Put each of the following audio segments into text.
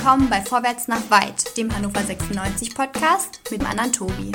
willkommen bei Vorwärts nach Weit, dem Hannover 96 Podcast mit dem anderen Tobi.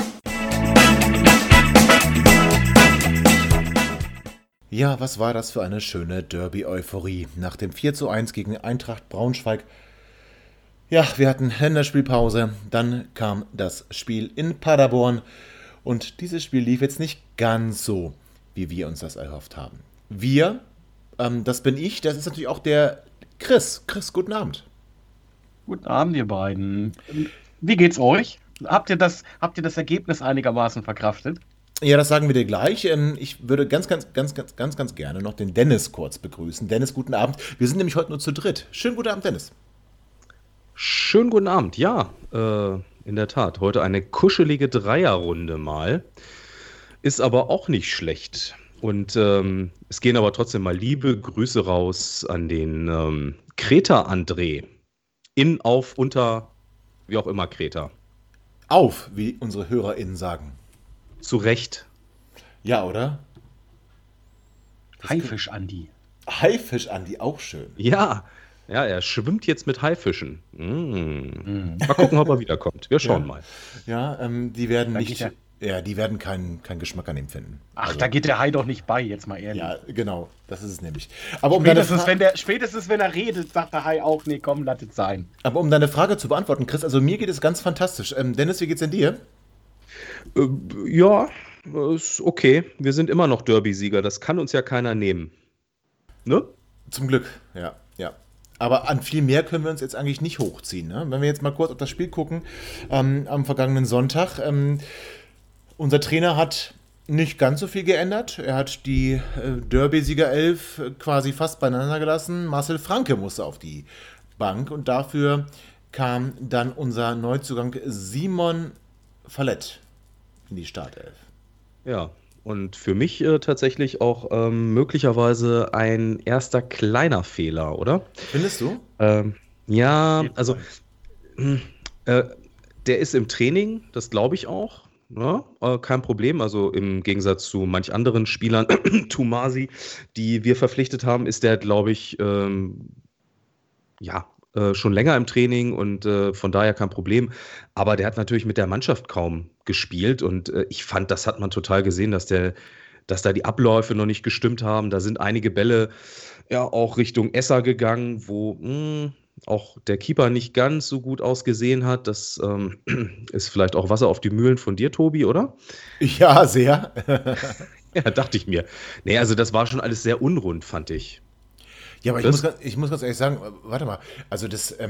Ja, was war das für eine schöne Derby-Euphorie nach dem 4:1 gegen Eintracht Braunschweig. Ja, wir hatten Länderspielpause, dann kam das Spiel in Paderborn und dieses Spiel lief jetzt nicht ganz so, wie wir uns das erhofft haben. Wir, das bin ich, das ist natürlich auch der Chris. Chris, guten Abend. Guten Abend, ihr beiden. Wie geht's euch? Habt ihr das Ergebnis einigermaßen verkraftet? Ja, das sagen wir dir gleich. Ich würde ganz gerne noch den Dennis kurz begrüßen. Dennis, guten Abend. Wir sind nämlich heute nur zu dritt. Schönen guten Abend, Dennis. Schönen guten Abend, ja, in der Tat. Heute eine kuschelige Dreierrunde mal. Ist aber auch nicht schlecht. Und es gehen aber trotzdem mal liebe Grüße raus an den Kreta André. In, auf, unter, wie auch immer Kreta. Auf, wie unsere HörerInnen sagen. Zu Recht. Ja, oder? Haifisch-Andi. Haifisch-Andi, auch schön. Ja, er schwimmt jetzt mit Haifischen. Mal gucken, ob er wiederkommt. Wir schauen mal. Ja, die werden Da nicht... geht Ja, die werden keinen Geschmack an ihm finden. Ach, da geht der Hai doch nicht bei, jetzt mal ehrlich. Ja, genau, das ist es nämlich. Aber Spätestens wenn er redet, sagt der Hai auch, nee, komm, lass es sein. Aber um deine Frage zu beantworten, Chris, also mir geht es ganz fantastisch. Dennis, wie geht's denn dir? Ja, ist okay. Wir sind immer noch Derby-Sieger. Das kann uns ja keiner nehmen. Ne? Zum Glück, ja. Aber an viel mehr können wir uns jetzt eigentlich nicht hochziehen. Ne? Wenn wir jetzt mal kurz auf das Spiel gucken, am vergangenen Sonntag. Unser Trainer hat nicht ganz so viel geändert. Er hat die Derby-Sieger 11 quasi fast beieinander gelassen. Marcel Franke musste auf die Bank und dafür kam dann unser Neuzugang Simon Fallett in die Startelf. Ja, und für mich tatsächlich auch möglicherweise ein erster kleiner Fehler, oder? Findest du? Ja, also der ist im Training, das glaube ich auch. Ja, kein Problem. Also im Gegensatz zu manch anderen Spielern, Toumasi, die wir verpflichtet haben, ist der, glaube ich, schon länger im Training und von daher kein Problem. Aber der hat natürlich mit der Mannschaft kaum gespielt und ich fand, das hat man total gesehen, dass da die Abläufe noch nicht gestimmt haben. Da sind einige Bälle ja auch Richtung Esser gegangen, wo auch der Keeper nicht ganz so gut ausgesehen hat. Das ist vielleicht auch Wasser auf die Mühlen von dir, Tobi, oder? Ja, sehr. Ja, dachte ich mir. Nee, also das war schon alles sehr unrund, fand ich. Ja, aber ich muss ganz ehrlich sagen, warte mal, also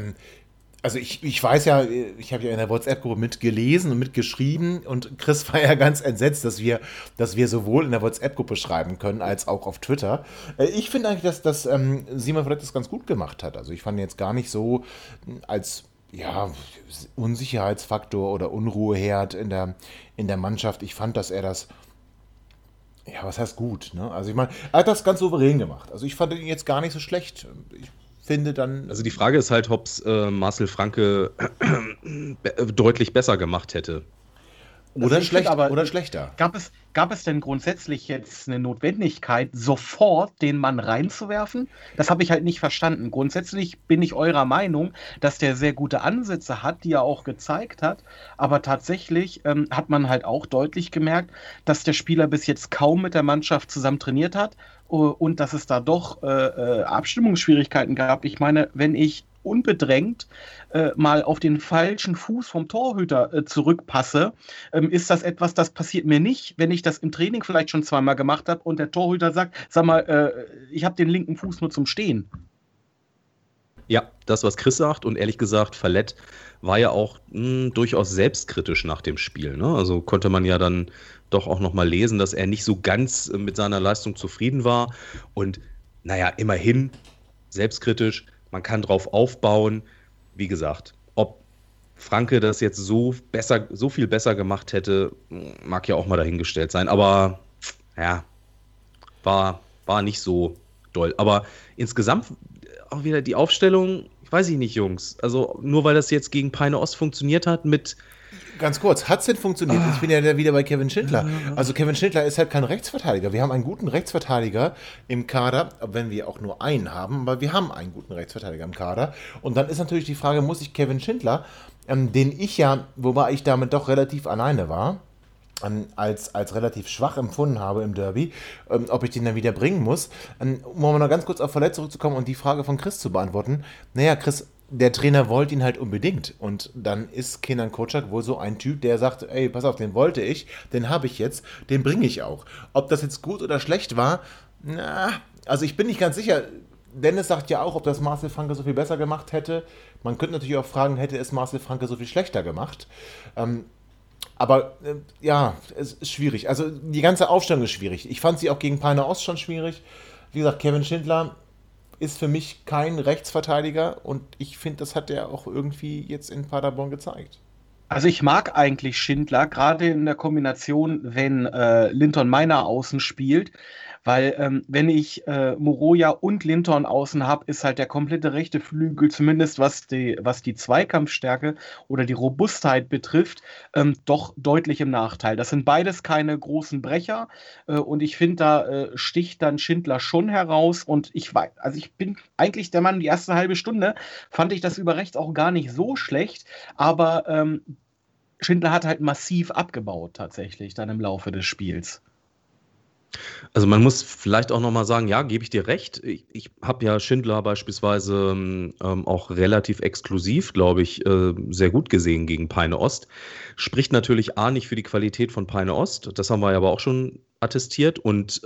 ich weiß ja, ich habe ja in der WhatsApp-Gruppe mitgelesen und mitgeschrieben und Chris war ja ganz entsetzt, dass wir sowohl in der WhatsApp-Gruppe schreiben können, als auch auf Twitter. Ich finde eigentlich, dass Simon vielleicht das ganz gut gemacht hat. Also ich fand ihn jetzt gar nicht so als Unsicherheitsfaktor oder Unruheherd in der Mannschaft. Ich fand, dass er das, ja, was heißt gut, ne? Also ich meine, er hat das ganz souverän gemacht. Also ich fand ihn jetzt gar nicht so schlecht. Ich finde dann... Also die Frage ist halt, ob es Marcel Franke deutlich besser gemacht hätte. Oder schlechter. Gab es denn grundsätzlich jetzt eine Notwendigkeit, sofort den Mann reinzuwerfen? Das habe ich halt nicht verstanden. Grundsätzlich bin ich eurer Meinung, dass der sehr gute Ansätze hat, die er auch gezeigt hat. Aber tatsächlich hat man halt auch deutlich gemerkt, dass der Spieler bis jetzt kaum mit der Mannschaft zusammen trainiert hat und dass es da doch Abstimmungsschwierigkeiten gab. Ich meine, wenn ich unbedrängt mal auf den falschen Fuß vom Torhüter zurückpasse, ist das etwas, das passiert mir nicht, wenn ich das im Training vielleicht schon zweimal gemacht habe und der Torhüter sagt, sag mal, ich habe den linken Fuß nur zum Stehen. Ja, das, was Chris sagt und ehrlich gesagt, Fallett war ja auch durchaus selbstkritisch nach dem Spiel. Ne? Also konnte man ja dann doch auch nochmal lesen, dass er nicht so ganz mit seiner Leistung zufrieden war und naja, immerhin selbstkritisch. Man kann drauf aufbauen. Wie gesagt, ob Franke das jetzt so viel besser gemacht hätte, mag ja auch mal dahingestellt sein. Aber ja, war nicht so doll. Aber insgesamt auch wieder die Aufstellung, weiß ich nicht, Jungs. Also nur weil das jetzt gegen Peine Ost funktioniert hat mit Ganz kurz, hat es denn funktioniert? Ich bin ja wieder bei Kevin Schindler. Also Kevin Schindler ist halt kein Rechtsverteidiger. Wir haben einen guten Rechtsverteidiger im Kader, wenn wir auch nur einen haben, aber wir haben einen guten Rechtsverteidiger im Kader. Und dann ist natürlich die Frage, muss ich Kevin Schindler, den ich ja, wobei ich damit doch relativ alleine war, als relativ schwach empfunden habe im Derby, ob ich den dann wieder bringen muss. Um mal noch ganz kurz auf Verletz zurückzukommen und die Frage von Chris zu beantworten. Naja, Chris, der Trainer wollte ihn halt unbedingt. Und dann ist Kenan Kocak wohl so ein Typ, der sagt, ey, pass auf, den wollte ich, den habe ich jetzt, den bringe ich auch. Ob das jetzt gut oder schlecht war, also ich bin nicht ganz sicher. Dennis sagt ja auch, ob das Marcel Franke so viel besser gemacht hätte. Man könnte natürlich auch fragen, hätte es Marcel Franke so viel schlechter gemacht? Aber es ist schwierig. Also die ganze Aufstellung ist schwierig. Ich fand sie auch gegen Peine Ost schon schwierig. Wie gesagt, Kevin Schindler ist für mich kein Rechtsverteidiger und ich finde, das hat er auch irgendwie jetzt in Paderborn gezeigt. Also ich mag eigentlich Schindler, gerade in der Kombination, wenn Linton Meiner außen spielt, weil wenn ich Moroja und Linton außen habe, ist halt der komplette rechte Flügel, zumindest was die Zweikampfstärke oder die Robustheit betrifft, doch deutlich im Nachteil. Das sind beides keine großen Brecher und ich finde, da sticht dann Schindler schon heraus und ich bin eigentlich der Mann, die erste halbe Stunde fand ich das über rechts auch gar nicht so schlecht, aber Schindler hat halt massiv abgebaut tatsächlich dann im Laufe des Spiels. Also man muss vielleicht auch nochmal sagen, ja, gebe ich dir recht. Ich habe ja Schindler beispielsweise auch relativ exklusiv, glaube ich, sehr gut gesehen gegen Peine Ost. Spricht natürlich A nicht für die Qualität von Peine Ost, das haben wir ja aber auch schon attestiert. Und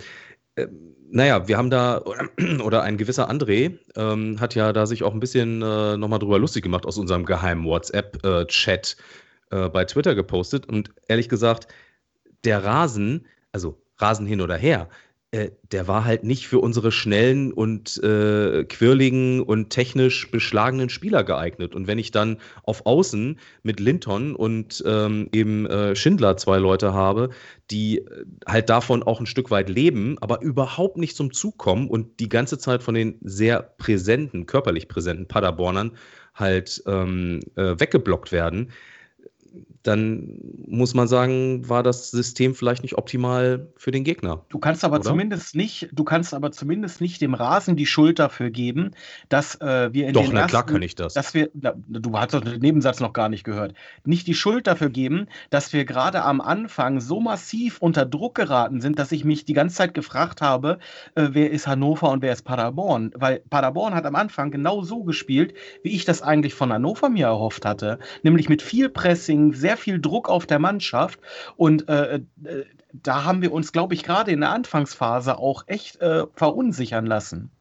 wir haben da, oder ein gewisser André hat ja da sich auch ein bisschen nochmal drüber lustig gemacht aus unserem geheimen WhatsApp-Chat bei Twitter gepostet. Und ehrlich gesagt, der Rasen, also Rasen hin oder her, der war halt nicht für unsere schnellen und quirligen und technisch beschlagenen Spieler geeignet. Und wenn ich dann auf Außen mit Linton und eben Schindler 2 Leute habe, die halt davon auch ein Stück weit leben, aber überhaupt nicht zum Zug kommen und die ganze Zeit von den sehr präsenten, körperlich präsenten Paderbornern halt weggeblockt werden, dann muss man sagen, war das System vielleicht nicht optimal für den Gegner. Du kannst aber zumindest nicht dem Rasen die Schuld dafür geben, dass wir in Doch, den na ersten, klar kann ich das. Du hast doch den Nebensatz noch gar nicht gehört. Nicht die Schuld dafür geben, dass wir gerade am Anfang so massiv unter Druck geraten sind, dass ich mich die ganze Zeit gefragt habe, wer ist Hannover und wer ist Paderborn? Weil Paderborn hat am Anfang genau so gespielt, wie ich das eigentlich von Hannover mir erhofft hatte. Nämlich mit viel Pressing, sehr viel Druck auf der Mannschaft und da haben wir uns, glaube ich, gerade in der Anfangsphase auch echt verunsichern lassen.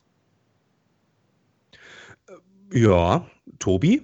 Ja, Tobi?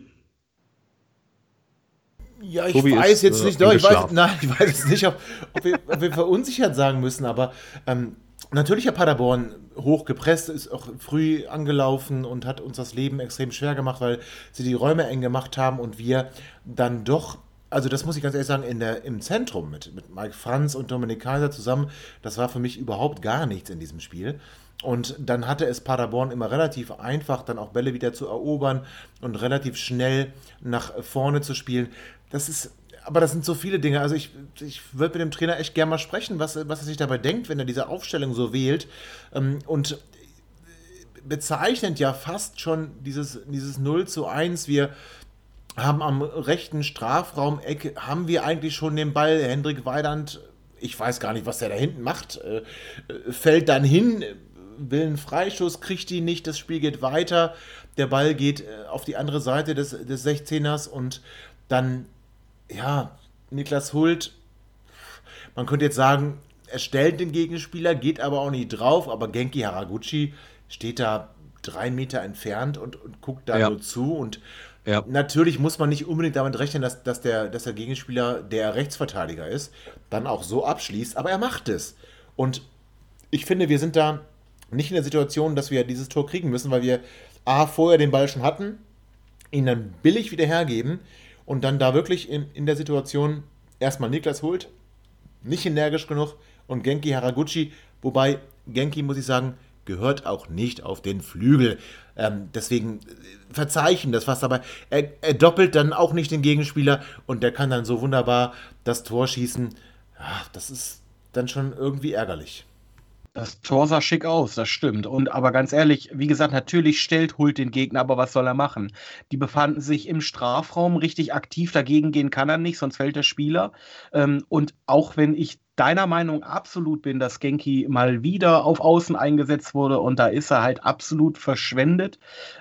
Ja, ich Tobi weiß ist, jetzt nicht, im ich weiß Geschlaf. jetzt nicht, ob wir verunsichert sagen müssen, aber natürlich hat Paderborn hoch gepresst, ist auch früh angelaufen und hat uns das Leben extrem schwer gemacht, weil sie die Räume eng gemacht haben und wir dann doch, also das muss ich ganz ehrlich sagen, im Zentrum mit Mike Franz und Dominik Kaiser zusammen, das war für mich überhaupt gar nichts in diesem Spiel. Und dann hatte es Paderborn immer relativ einfach, dann auch Bälle wieder zu erobern und relativ schnell nach vorne zu spielen. Aber das sind so viele Dinge. Also ich würde mit dem Trainer echt gerne mal sprechen, was er sich dabei denkt, wenn er diese Aufstellung so wählt. Und bezeichnend ja fast schon dieses 0:1. Wir haben am rechten Strafraumeck, haben wir eigentlich schon den Ball. Hendrik Weidand, ich weiß gar nicht, was der da hinten macht, fällt dann hin, will einen Freischuss, kriegt ihn nicht, das Spiel geht weiter. Der Ball geht auf die andere Seite des 16ers und dann, ja, Niklas Hult, man könnte jetzt sagen, er stellt den Gegenspieler, geht aber auch nicht drauf, aber Genki Haraguchi steht da 3 Meter entfernt und guckt da nur zu und natürlich muss man nicht unbedingt damit rechnen, dass der Gegenspieler, der Rechtsverteidiger ist, dann auch so abschließt, aber er macht es. Und ich finde, wir sind da nicht in der Situation, dass wir dieses Tor kriegen müssen, weil wir vorher den Ball schon hatten, ihn dann billig wieder hergeben und dann da wirklich in der Situation erstmal Niklas Hult, nicht energisch genug und Genki Haraguchi, wobei Genki, muss ich sagen, gehört auch nicht auf den Flügel. Deswegen verzeichnen das fast, aber er doppelt dann auch nicht den Gegenspieler und der kann dann so wunderbar das Tor schießen. Ja, das ist dann schon irgendwie ärgerlich. Das Tor sah schick aus, das stimmt. Aber ganz ehrlich, wie gesagt, natürlich holt den Gegner, aber was soll er machen? Die befanden sich im Strafraum, richtig aktiv dagegen gehen kann er nicht, sonst fällt der Spieler. Und auch wenn ich deiner Meinung absolut bin, dass Genki mal wieder auf Außen eingesetzt wurde und da ist er halt absolut verschwendet.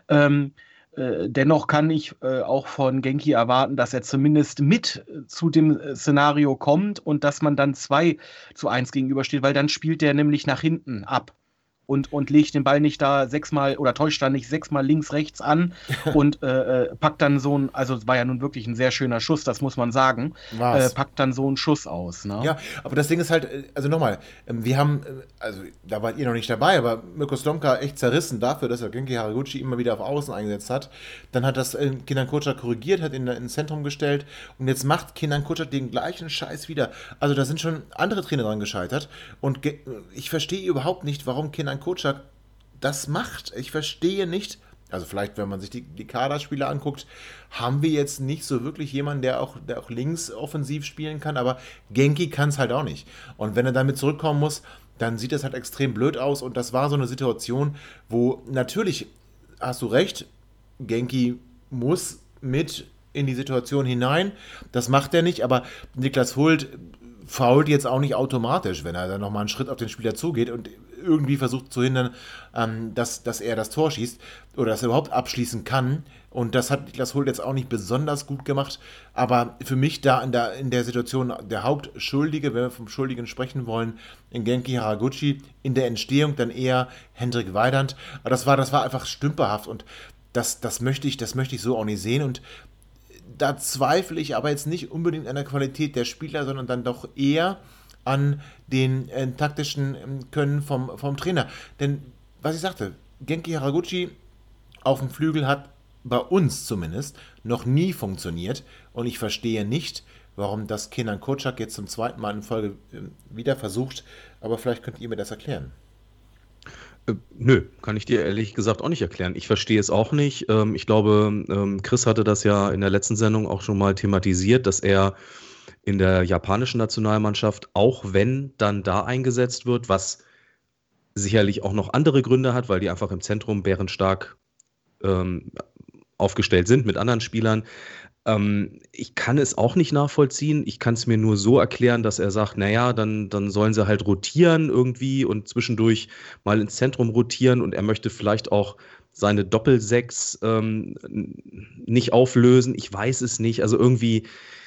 Dennoch kann ich auch von Genki erwarten, dass er zumindest mit zu dem Szenario kommt und dass man dann 2:1 gegenübersteht, weil dann spielt der nämlich nach hinten ab. Und legt den Ball nicht da 6-mal oder täuscht dann nicht 6-mal links, rechts an und packt dann also es war ja nun wirklich ein sehr schöner Schuss, das muss man sagen, packt dann so einen Schuss aus. Ne? Ja, aber das Ding ist halt, also nochmal, wir haben, also da wart ihr noch nicht dabei, aber Mirko Slomka echt zerrissen dafür, dass er Genki Haraguchi immer wieder auf Außen eingesetzt hat. Dann hat das Kenan Kocak korrigiert, hat ihn ins Zentrum gestellt und jetzt macht Kenan Kocak den gleichen Scheiß wieder. Also da sind schon andere Trainer dran gescheitert und ich verstehe überhaupt nicht, warum Kenan Kocak das macht. Ich verstehe nicht, also vielleicht, wenn man sich die Kaderspieler anguckt, haben wir jetzt nicht so wirklich jemanden, der auch links offensiv spielen kann, aber Genki kann es halt auch nicht. Und wenn er damit zurückkommen muss, dann sieht das halt extrem blöd aus und das war so eine Situation, wo natürlich, hast du recht, Genki muss mit in die Situation hinein, das macht er nicht, aber Niklas Hult fault jetzt auch nicht automatisch, wenn er dann nochmal einen Schritt auf den Spieler zugeht und irgendwie versucht zu hindern, dass er das Tor schießt oder dass er überhaupt abschließen kann. Und das hat Niklas Hult jetzt auch nicht besonders gut gemacht. Aber für mich da in der Situation der Hauptschuldige, wenn wir vom Schuldigen sprechen wollen, in Genki Haraguchi, in der Entstehung dann eher Hendrik Weidand. Aber das war einfach stümperhaft und das möchte ich so auch nicht sehen. Und da zweifle ich aber jetzt nicht unbedingt an der Qualität der Spieler, sondern dann doch eher an den taktischen Können vom Trainer. Denn, was ich sagte, Genki Haraguchi auf dem Flügel hat bei uns zumindest noch nie funktioniert und ich verstehe nicht, warum das Kenan Kocak jetzt zum zweiten Mal in Folge wieder versucht, aber vielleicht könnt ihr mir das erklären. Nö, kann ich dir ehrlich gesagt auch nicht erklären. Ich verstehe es auch nicht. Ich glaube, Chris hatte das ja in der letzten Sendung auch schon mal thematisiert, dass er in der japanischen Nationalmannschaft, auch wenn dann da eingesetzt wird, was sicherlich auch noch andere Gründe hat, weil die einfach im Zentrum bärenstark aufgestellt sind mit anderen Spielern. Ich kann es auch nicht nachvollziehen. Ich kann es mir nur so erklären, dass er sagt, naja, dann sollen sie halt rotieren irgendwie und zwischendurch mal ins Zentrum rotieren und er möchte vielleicht auch seine Doppelsechs nicht auflösen. Ich weiß es nicht. Also irgendwie,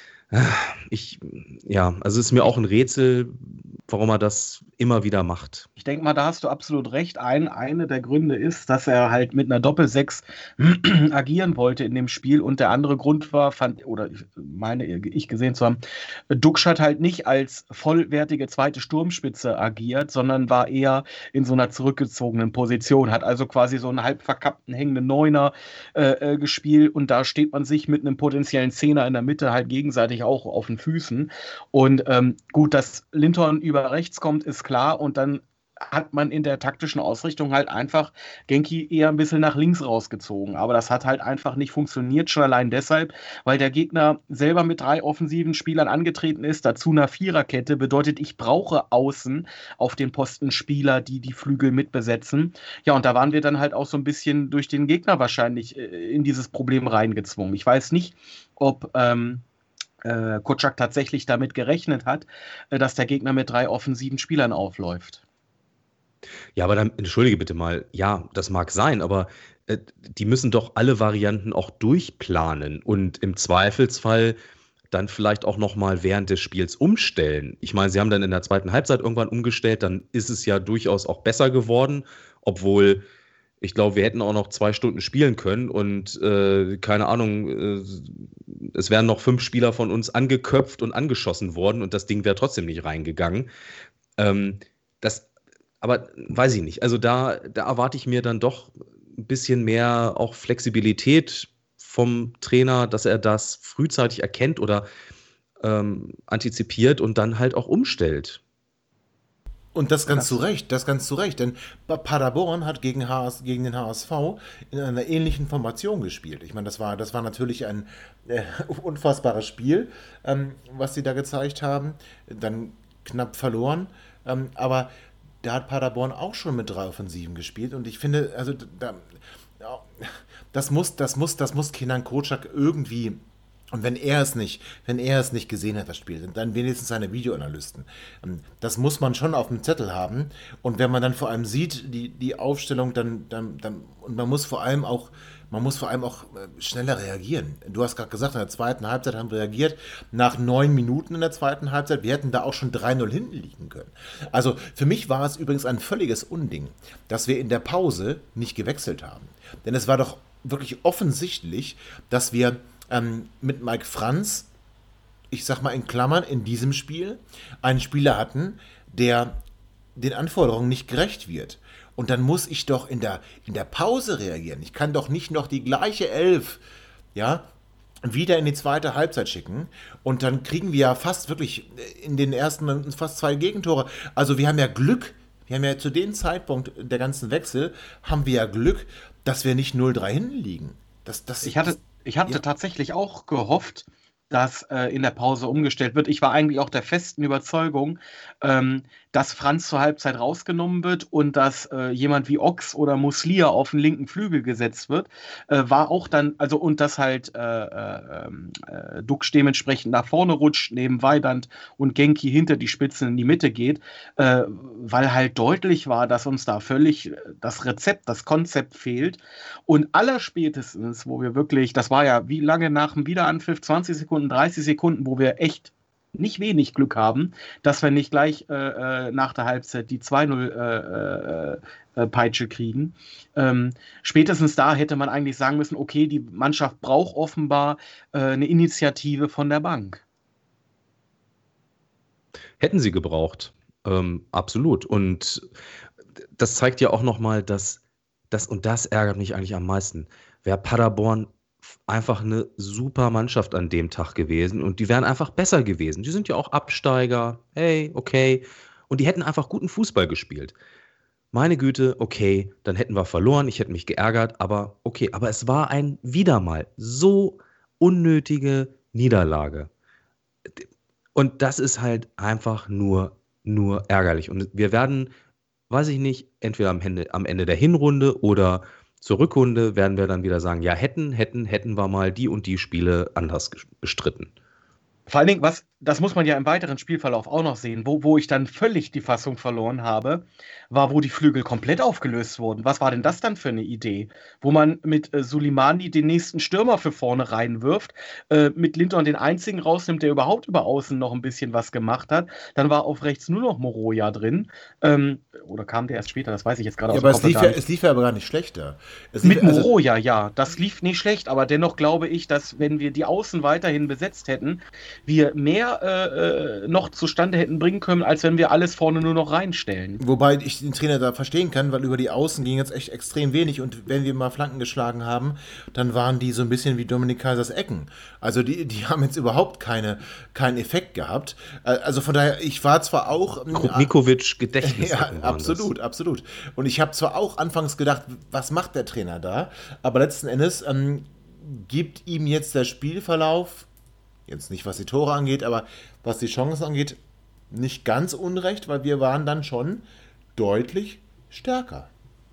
also es ist mir auch ein Rätsel, warum er das immer wieder macht. Ich denke mal, da hast du absolut recht. Eine der Gründe ist, dass er halt mit einer Doppelsechs agieren wollte in dem Spiel und der andere Grund war, ich gesehen zu haben, Duksch hat halt nicht als vollwertige zweite Sturmspitze agiert, sondern war eher in so einer zurückgezogenen Position, hat also quasi so einen halb verkappten hängenden Neuner gespielt und da steht man sich mit einem potenziellen Zehner in der Mitte halt gegenseitig auch auf den Füßen und gut, dass Linton über rechts kommt, ist klar und dann hat man in der taktischen Ausrichtung halt einfach Genki eher ein bisschen nach links rausgezogen. Aber das hat halt einfach nicht funktioniert, schon allein deshalb, weil der Gegner selber mit 3 offensiven Spielern angetreten ist, dazu einer Viererkette, bedeutet, ich brauche außen auf den Posten Spieler, die die Flügel mitbesetzen. Ja, und da waren wir dann halt auch so ein bisschen durch den Gegner wahrscheinlich in dieses Problem reingezwungen. Ich weiß nicht, ob Kocak tatsächlich damit gerechnet hat, dass der Gegner mit 3 offensiven Spielern aufläuft. Ja, aber dann, entschuldige bitte mal, ja, das mag sein, aber die müssen doch alle Varianten auch durchplanen und im Zweifelsfall dann vielleicht auch nochmal während des Spiels umstellen. Ich meine, sie haben dann in der zweiten Halbzeit irgendwann umgestellt, dann ist es ja durchaus auch besser geworden, obwohl ich glaube, wir hätten auch noch 2 Stunden spielen können und keine Ahnung, es wären noch 5 Spieler von uns angeköpft und angeschossen worden und das Ding wäre trotzdem nicht reingegangen. Aber weiß ich nicht. Also da erwarte ich mir dann doch ein bisschen mehr auch Flexibilität vom Trainer, dass er das frühzeitig erkennt oder antizipiert und dann halt auch umstellt. Und das ganz zu Recht, denn Paderborn hat gegen den HSV in einer ähnlichen Formation gespielt. Ich meine, das war natürlich ein unfassbares Spiel, was sie da gezeigt haben, dann knapp verloren, aber da hat Paderborn auch schon mit 3 Offensiven gespielt und ich finde, also das muss Kenan Kocak irgendwie. Und wenn er es nicht gesehen hat, das Spiel, dann wenigstens seine Videoanalysten. Das muss man schon auf dem Zettel haben. Und wenn man dann vor allem sieht, die Aufstellung, dann und man muss vor allem auch schneller reagieren. Du hast gerade gesagt, in der zweiten Halbzeit haben wir reagiert. Nach 9 Minuten in der zweiten Halbzeit, wir hätten da auch schon 3-0 hinten liegen können. Also für mich war es übrigens ein völliges Unding, dass wir in der Pause nicht gewechselt haben. Denn es war doch wirklich offensichtlich, dass wir mit Mike Franz, ich sag mal in Klammern, in diesem Spiel, einen Spieler hatten, der den Anforderungen nicht gerecht wird. Und dann muss ich doch in der Pause reagieren. Ich kann doch nicht noch die gleiche 11, ja, wieder in die zweite Halbzeit schicken. Und dann kriegen wir ja fast wirklich in den ersten Minuten fast 2 Gegentore. Also wir haben ja Glück. Wir haben ja zu dem Zeitpunkt der ganzen Wechsel, haben wir ja Glück, dass wir nicht 0-3 hinten liegen. Ich hatte tatsächlich auch gehofft, dass in der Pause umgestellt wird. Ich war eigentlich auch der festen Überzeugung, dass Franz zur Halbzeit rausgenommen wird und dass jemand wie Ochs oder Muslia auf den linken Flügel gesetzt wird. War auch dann, also und dass halt Dux dementsprechend nach vorne rutscht, neben Weidand und Genki hinter die Spitzen in die Mitte geht, weil halt deutlich war, dass uns da völlig das Rezept, das Konzept fehlt. Und allerspätestens, wo wir wirklich, das war ja wie lange nach dem Wiederanpfiff, 20 Sekunden, 30 Sekunden, wo wir echt nicht wenig Glück haben, dass wir nicht gleich nach der Halbzeit die 2-0 Peitsche kriegen. Spätestens da hätte man eigentlich sagen müssen, okay, die Mannschaft braucht offenbar eine Initiative von der Bank. Hätten sie gebraucht. Absolut. Und das zeigt ja auch nochmal, dass und das ärgert mich eigentlich am meisten, wäre Paderborn einfach eine super Mannschaft an dem Tag gewesen und die wären einfach besser gewesen. Die sind ja auch Absteiger, hey, okay. Und die hätten einfach guten Fußball gespielt. Meine Güte, okay, dann hätten wir verloren, ich hätte mich geärgert, aber okay, aber es war wieder mal so unnötige Niederlage. Und das ist halt einfach nur ärgerlich. Und wir werden, weiß ich nicht, entweder am Ende der Hinrunde oder zur Rückrunde werden wir dann wieder sagen, ja, hätten wir mal die und die Spiele anders bestritten. Vor allen Dingen, das muss man ja im weiteren Spielverlauf auch noch sehen, wo ich dann völlig die Fassung verloren habe, war, wo die Flügel komplett aufgelöst wurden. Was war denn das dann für eine Idee? Wo man mit Suleimani den nächsten Stürmer für vorne reinwirft, mit Linton den einzigen rausnimmt, der überhaupt über außen noch ein bisschen was gemacht hat. Dann war auf rechts nur noch Moroja drin. Oder kam der erst später? Das weiß ich jetzt gerade aus dem Kopf gar nicht. Es lief ja aber gar nicht schlechter. Mit Moroja, ja. Das lief nicht schlecht, aber dennoch glaube ich, dass wenn wir die Außen weiterhin besetzt hätten, wir mehr noch zustande hätten bringen können, als wenn wir alles vorne nur noch reinstellen. Wobei ich den Trainer da verstehen kann, weil über die Außen ging jetzt echt extrem wenig und wenn wir mal Flanken geschlagen haben, dann waren die so ein bisschen wie Dominik Kaisers Ecken. Also die haben jetzt überhaupt keinen Effekt gehabt. Also von daher, ich war zwar auch... Krupnikovic Gedächtnis. Ja, absolut. Und ich habe zwar auch anfangs gedacht, was macht der Trainer da? Aber letzten Endes gibt ihm jetzt der Spielverlauf, jetzt nicht was die Tore angeht, aber was die Chancen angeht, nicht ganz unrecht, weil wir waren dann schon deutlich stärker.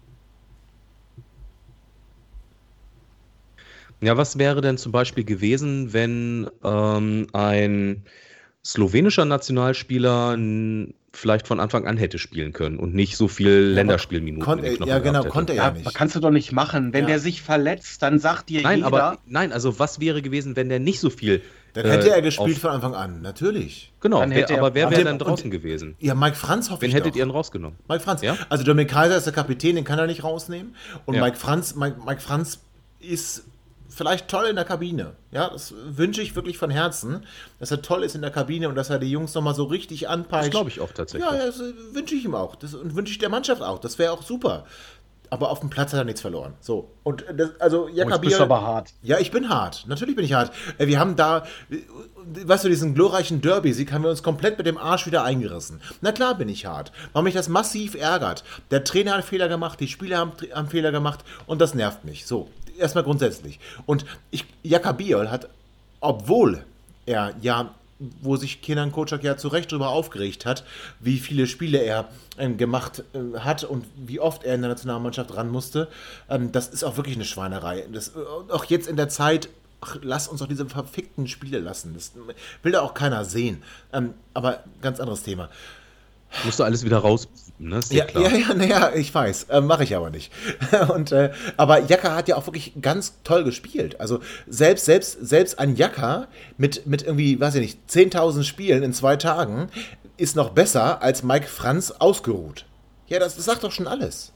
Ja, was wäre denn zum Beispiel gewesen, wenn ein slowenischer Nationalspieler vielleicht von Anfang an hätte spielen können und nicht so viel Länderspielminuten konnte er ja nicht. Aber kannst du doch nicht machen. Wenn der sich verletzt, dann sagt dir jeder... Nein, also was wäre gewesen, wenn der nicht so viel... Dann hätte er gespielt von Anfang an, natürlich. Genau, aber wer wäre dann draußen gewesen? Ja, Mike Franz hoffe ich doch. Wen hättet ihr denn rausgenommen? Mike Franz. Ja? Also Dominik Kaiser ist der Kapitän, den kann er nicht rausnehmen. Und Ja. Mike Franz ist vielleicht toll in der Kabine. Ja, das wünsche ich wirklich von Herzen, dass er toll ist in der Kabine und dass er die Jungs nochmal so richtig anpeitscht. Das glaube ich auch tatsächlich. Ja, das wünsche ich ihm auch. Und wünsche ich der Mannschaft auch. Das wäre auch super. aber auf dem Platz hat er nichts verloren. So. Und also Jetzt bist du aber hart. Ja, ich bin hart. Natürlich bin ich hart. Wir haben da, weißt du, diesen glorreichen Derby-Sieg haben wir uns komplett mit dem Arsch wieder eingerissen. Na klar bin ich hart, weil mich das massiv ärgert. Der Trainer hat Fehler gemacht, die Spieler haben Fehler gemacht und das nervt mich. So, erstmal grundsätzlich. Und Jaka Biol hat, obwohl er ja, wo sich Kenan Kocak ja zu Recht darüber aufgeregt hat, wie viele Spiele er gemacht hat und wie oft er in der Nationalmannschaft ran musste. Das ist auch wirklich eine Schweinerei. Auch jetzt in der Zeit, lass uns doch diese verfickten Spiele lassen. Das will da auch keiner sehen. Aber ganz anderes Thema. Musst du alles wieder rauspiepen, ne? Ist dir klar. Naja, ich weiß. Mache ich aber nicht. Aber Jaka hat ja auch wirklich ganz toll gespielt. Also selbst ein Jaka mit irgendwie, weiß ich nicht, 10.000 Spielen in 2 Tagen ist noch besser als Mike Franz ausgeruht. Ja, das sagt doch schon alles.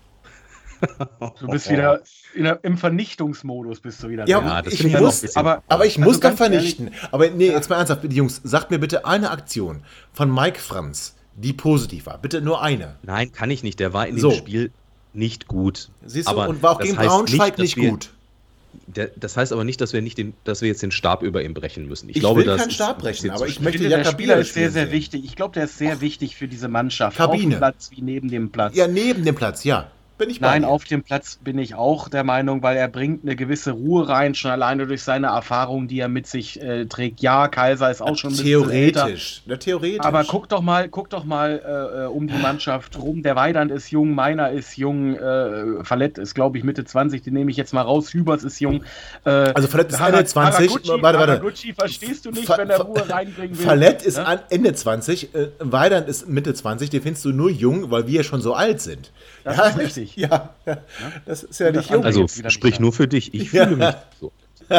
Du bist wieder im Vernichtungsmodus bist du wieder. Ja, das ich finde ich muss, noch ein bisschen. aber ich also muss doch ganz vernichten. Aber nee, jetzt mal ernsthaft, bitte, Jungs, sagt mir bitte eine Aktion von Mike Franz, die positiv war. Bitte nur eine. Nein, kann ich nicht. Der war in dem So. Spiel nicht gut. Siehst du, Aber und war auch das gegen heißt Braunschweig dass nicht wir- gut. Das heißt aber nicht, dass wir jetzt den Stab über ihm brechen müssen. Ich glaube, will das keinen ist Stab ein brechen, bisschen aber zu ich schnell. möchte Der Jaka Spieler Biol ist sehr, spielen sehr sehen. wichtig. Ich glaube, der ist sehr wichtig für diese Mannschaft. Kabine. Auf dem Platz wie neben dem Platz. Ja, neben dem Platz, ja. Bin ich bei Nein, dir. auf dem Platz bin ich auch der Meinung, weil er bringt eine gewisse Ruhe rein, schon alleine durch seine Erfahrungen, die er mit sich trägt. Ja, Kaiser ist auch schon ein bisschen älter. Theoretisch. Ja, theoretisch. Aber guck doch mal um die Mannschaft rum. Der Weidand ist jung, Meiner ist jung, Fallett ist, glaube ich, Mitte 20, den nehme ich jetzt mal raus. Hübers ist jung. Also Fallett ist Ende 20. Warte. Haraguchi verstehst du nicht, wenn er Ruhe reinbringen will. Fallett ist Ne? Ende 20, Weidand ist Mitte 20, den findest du nur jung, weil wir schon so alt sind. Das ja, ist richtig. Ja, das ist ja Und nicht das jung. andere- Also jetzt wieder sprich nicht nur für dich. Ich Ja. fühle mich so.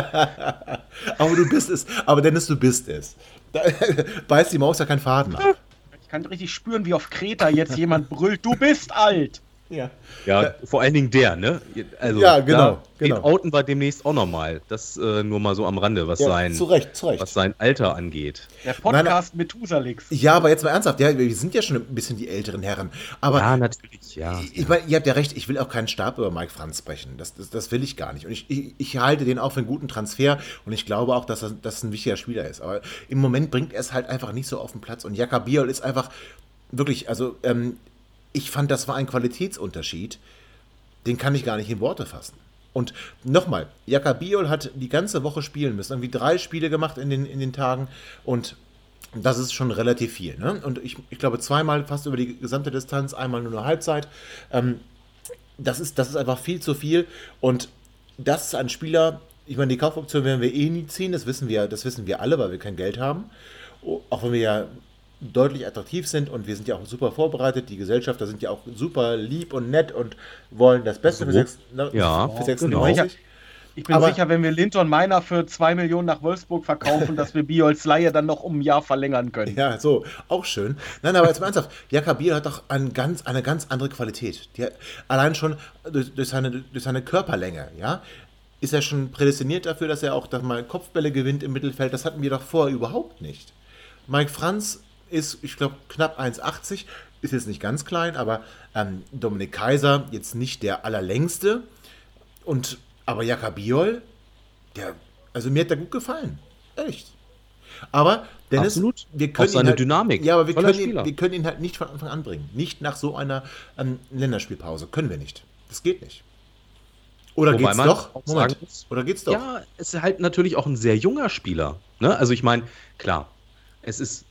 Aber du bist es. Aber Dennis, du bist es. Da beißt die Maus ja keinen Faden ab. Ich kann richtig spüren, wie auf Kreta jetzt jemand brüllt, du bist alt. Ja. Ja, vor allen Dingen der, ne? Also, Ja, genau, Den genau. outen wir demnächst auch nochmal. Das nur mal so am Rande, was, Ja, zu Recht. was sein Alter angeht. Der Podcast Methusalix. Ja, aber jetzt mal ernsthaft, ja, wir sind ja schon ein bisschen die älteren Herren. Aber Ja, natürlich, ja. ich meine, ihr habt ja recht, ich will auch keinen Stab über Mike Franz brechen. Das will ich gar nicht. Und ich halte den auch für einen guten Transfer und ich glaube auch, dass das ein wichtiger Spieler ist. Aber im Moment bringt er es halt einfach nicht so auf den Platz. Und Jaka Biol ist einfach wirklich, also ich fand, das war ein Qualitätsunterschied, den kann ich gar nicht in Worte fassen. Und nochmal, Jaka Biol hat die ganze Woche spielen müssen, irgendwie 3 Spiele gemacht in den Tagen und das ist schon relativ viel. Ne? Und ich glaube 2-mal fast über die gesamte Distanz, einmal nur eine Halbzeit. Das ist einfach viel zu viel und das ist ein Spieler, ich meine, die Kaufoption werden wir eh nie ziehen, das wissen wir alle, weil wir kein Geld haben. Auch wenn wir ja deutlich attraktiv sind und wir sind ja auch super vorbereitet. Die Gesellschafter sind ja auch super lieb und nett und wollen das Beste für Ja, für 96. Ich bin Aber- sicher, wenn wir Linton Meiner für 2 Millionen nach Wolfsburg verkaufen, dass wir Biols Leihe dann noch um ein Jahr verlängern können. Ja, so, auch schön. Nein, aber jetzt mal ernsthaft, Jaka Biol hat doch eine ganz andere Qualität. Allein schon durch seine Körperlänge, ja, ist er schon prädestiniert dafür, dass er auch dann mal Kopfbälle gewinnt im Mittelfeld. Das hatten wir doch vorher überhaupt nicht. Mike Franz ist, ich glaube, knapp 1,80, ist jetzt nicht ganz klein, aber Dominik Kaiser jetzt nicht der allerlängste. Aber Jaka Biol, also mir hat der gut gefallen. Echt. Aber Dennis, Absolut. wir können Auch seine ihn halt, Dynamik. Ja, aber wir Toller können, Spieler. wir können ihn halt nicht von Anfang an bringen. Nicht nach so einer Länderspielpause. Können wir nicht. Das geht nicht. Oder Wobei geht's man doch? auch Moment. sagen muss, Oder geht's doch? Ja, es ist halt natürlich auch ein sehr junger Spieler. Ne? Also ich meine, klar, es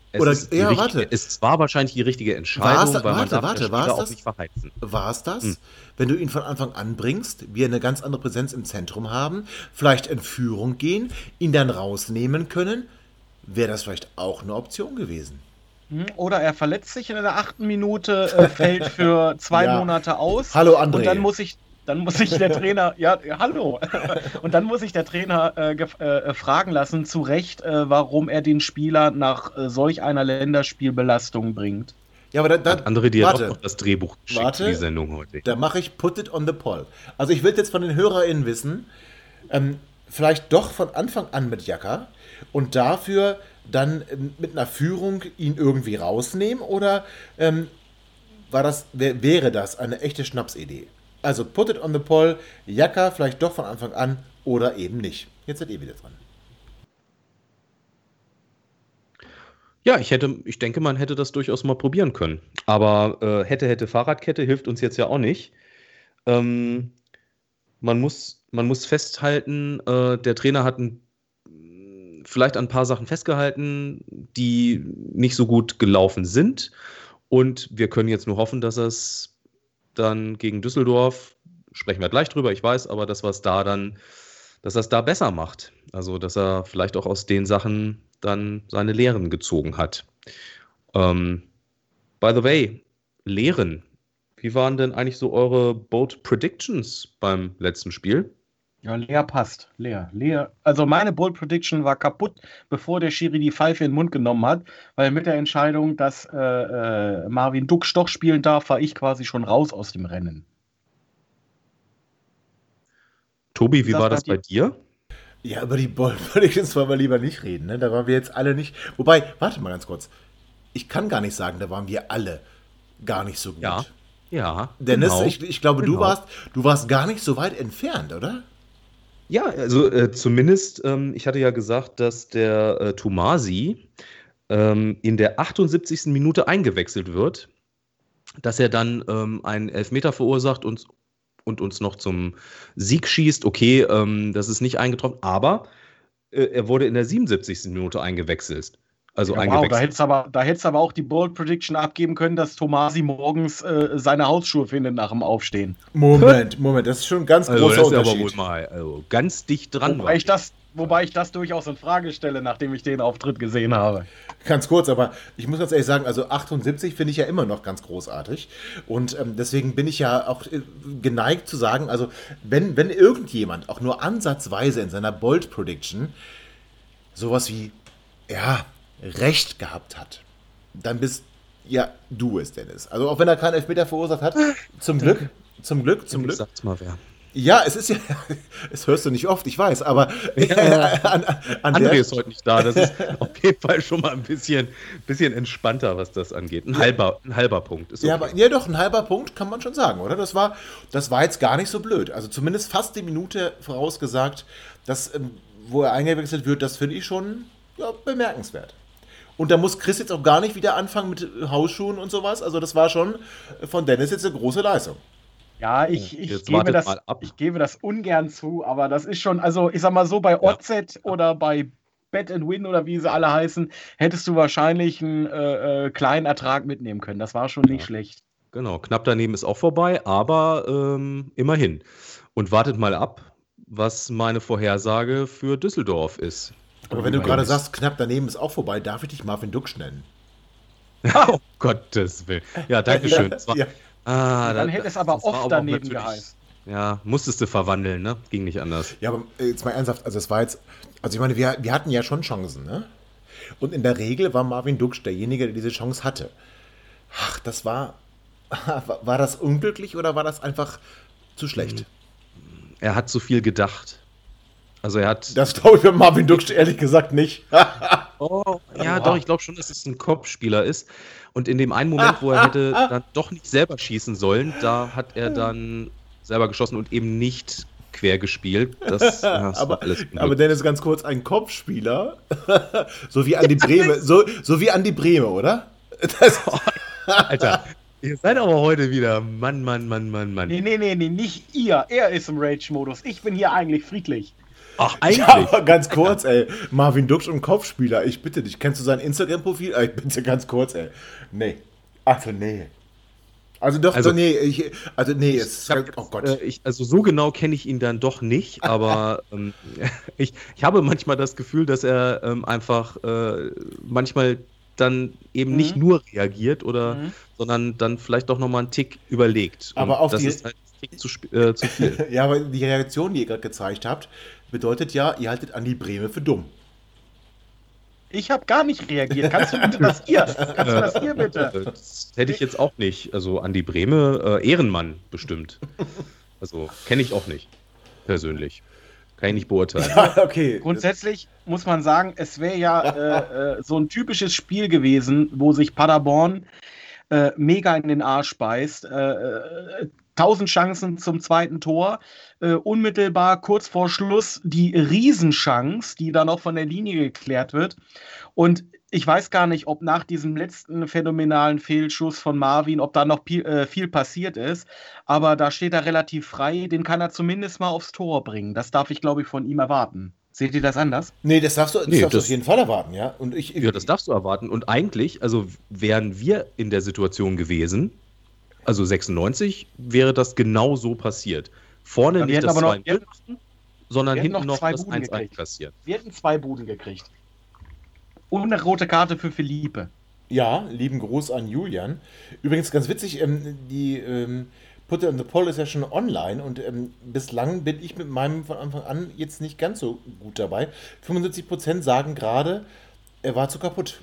war wahrscheinlich die richtige Entscheidung, weil man darf den Spieler auch nicht verheizen. War es das? Wenn du ihn von Anfang an bringst, wir eine ganz andere Präsenz im Zentrum haben, vielleicht in Führung gehen, ihn dann rausnehmen können, wäre das vielleicht auch eine Option gewesen. Oder er verletzt sich in der 8. Minute, fällt für 2 Ja. Monate aus. Hallo, André. Und dann muss sich der Trainer, hallo. Und dann muss sich der Trainer fragen lassen, zu Recht, warum er den Spieler nach solch einer Länderspielbelastung bringt. Ja, aber Hat André dir warte. doch noch das Drehbuch geschickt Warte. für die Sendung heute. Da mache ich Put it on the poll. Also ich will jetzt von den HörerInnen wissen, vielleicht doch von Anfang an mit Jaka und dafür dann mit einer Führung ihn irgendwie rausnehmen oder wäre das eine echte Schnapsidee? Also put it on the poll, Jaka vielleicht doch von Anfang an oder eben nicht. Jetzt seid ihr wieder dran. Ja, ich denke, man hätte das durchaus mal probieren können. Aber hätte Fahrradkette hilft uns jetzt ja auch nicht. Man muss festhalten, der Trainer hat vielleicht an ein paar Sachen festgehalten, die nicht so gut gelaufen sind. Und wir können jetzt nur hoffen, dass es dann gegen Düsseldorf, sprechen wir gleich drüber, ich weiß, aber dass er es da besser macht. Also, dass er vielleicht auch aus den Sachen dann seine Lehren gezogen hat. By the way, Lehren. Wie waren denn eigentlich so eure Bold Predictions beim letzten Spiel? Ja, Leer passt. Leer. Also meine Bold Prediction war kaputt, bevor der Schiri die Pfeife in den Mund genommen hat, weil mit der Entscheidung, dass Marvin Duksch doch spielen darf, war ich quasi schon raus aus dem Rennen. Tobi, wie war das bei dir? Ja, über die Bold Predictions wollen wir lieber nicht reden. Ne? Da waren wir jetzt alle nicht. Wobei, warte mal ganz kurz. Ich kann gar nicht sagen, da waren wir alle gar nicht so gut. Ja. Dennis, genau, ich glaube, genau. du warst gar nicht so weit entfernt, oder? Ja, also zumindest, ich hatte ja gesagt, dass der Tomasi in der 78. Minute eingewechselt wird, dass er dann einen Elfmeter verursacht und uns noch zum Sieg schießt. Okay, das ist nicht eingetroffen, aber er wurde in der 77. Minute eingewechselt. Also Ja, wow, eingewechselt. da hättest aber auch die Bold Prediction abgeben können, dass Tomasi morgens seine Hausschuhe findet nach dem Aufstehen. Moment, das ist schon ein ganz Also großer das ist aber Unterschied. wohl mal ganz dicht dran. Wobei ich das durchaus in Frage stelle, nachdem ich den Auftritt gesehen habe. Ganz kurz, aber ich muss ganz ehrlich sagen, also 78 finde ich ja immer noch ganz großartig. Und deswegen bin ich ja auch geneigt zu sagen, also wenn irgendjemand auch nur ansatzweise in seiner Bold Prediction sowas wie, ja, Recht gehabt hat, dann bist ja du es, Dennis. Also auch wenn er keinen Elfmeter verursacht hat, zum Glück. Sag's mal wer. Ja, es ist ja, es hörst du nicht oft, ich weiß, aber an André der, ist heute nicht da. Das ist auf jeden Fall schon mal ein bisschen entspannter, was das angeht. Ein halber Punkt. Ist okay. ja, aber ja, doch, ein halber Punkt kann man schon sagen, oder? Das war jetzt gar nicht so blöd. Also zumindest fast die Minute vorausgesagt, dass, wo er eingewechselt wird, das finde ich schon bemerkenswert. Und da muss Chris jetzt auch gar nicht wieder anfangen mit Hausschuhen und sowas. Also das war schon von Dennis jetzt eine große Leistung. Ja, ich gebe das ungern zu, aber das ist schon, also ich sag mal so, bei OZ oder bei Bet and Win oder wie sie alle heißen, hättest du wahrscheinlich einen kleinen Ertrag mitnehmen können. Das war schon nicht schlecht. Genau, knapp daneben ist auch vorbei, aber immerhin. Und wartet mal ab, was meine Vorhersage für Düsseldorf ist. Aber wenn du gerade sagst, knapp daneben ist auch vorbei, darf ich dich Marvin Duksch nennen? Oh Gottes Willen. Ja, danke schön. Dann hätte es aber oft daneben geheißen. Ja, musstest du verwandeln, ne? Ging nicht anders. Ja, aber jetzt mal ernsthaft, also es war jetzt, also ich meine, wir hatten ja schon Chancen, ne? Und in der Regel war Marvin Duksch derjenige, der diese Chance hatte. Ach, das war das unglücklich oder war das einfach zu schlecht? Er hat zu viel gedacht. Also er hat... Das glaube ich für Marvin Duksch ehrlich gesagt nicht. Doch, ich glaube schon, dass es ein Kopfspieler ist. Und in dem einen Moment, wo er hätte dann doch nicht selber schießen sollen, da hat er dann selber geschossen und eben nicht quer gespielt. Das war alles Unglück. Aber Dennis, ganz kurz, ein Kopfspieler, so wie Andi Brehme, so wie Andi Brehme, oder? Alter, ihr seid aber heute wieder Mann. Nee, nicht ihr. Er ist im Rage-Modus. Ich bin hier eigentlich friedlich. Ach, eigentlich? Ja, aber ganz kurz, ey. Marvin Duksch und Kopfspieler, ich bitte dich. Kennst du sein Instagram-Profil? Ich bitte ganz kurz, ey. Nee. Also, nee. Oh Gott. Also so genau kenne ich ihn dann doch nicht, aber ich habe manchmal das Gefühl, dass er einfach manchmal dann eben nicht nur reagiert sondern dann vielleicht doch nochmal einen Tick überlegt. Aber auf das ist halt ein Tick zu viel. Ja, aber die Reaktion, die ihr gerade gezeigt habt, bedeutet ja, ihr haltet Andi Brehme für dumm. Ich habe gar nicht reagiert. Kannst du das ihr bitte? Das hätte ich jetzt auch nicht. Also Andi Brehme, Ehrenmann bestimmt. Also kenne ich auch nicht, persönlich. Kann ich nicht beurteilen. Okay. Grundsätzlich muss man sagen, es wäre ja so ein typisches Spiel gewesen, wo sich Paderborn mega in den Arsch beißt. 1000 Chancen zum zweiten Tor. Unmittelbar kurz vor Schluss die Riesenchance, die dann noch von der Linie geklärt wird. Und ich weiß gar nicht, ob nach diesem letzten phänomenalen Fehlschuss von Marvin, ob da noch viel passiert ist. Aber da steht er relativ frei. Den kann er zumindest mal aufs Tor bringen. Das darf ich, glaube ich, von ihm erwarten. Seht ihr das anders? Nee, das darfst du auf jeden Fall erwarten, ja. Und ja, das darfst du erwarten. Und eigentlich, also wären wir in der Situation gewesen, also 96, wäre das genau so passiert. Vorne nicht das 2-0, sondern hinten noch das 1-1 kassiert. Wir hätten 2 Buden gekriegt. Und eine rote Karte für Felipe. Ja, lieben Gruß an Julian. Übrigens ganz witzig, die Put It on the Poll ist ja schon online und bislang bin ich mit meinem von Anfang an jetzt nicht ganz so gut dabei. 75% sagen gerade, er war zu kaputt.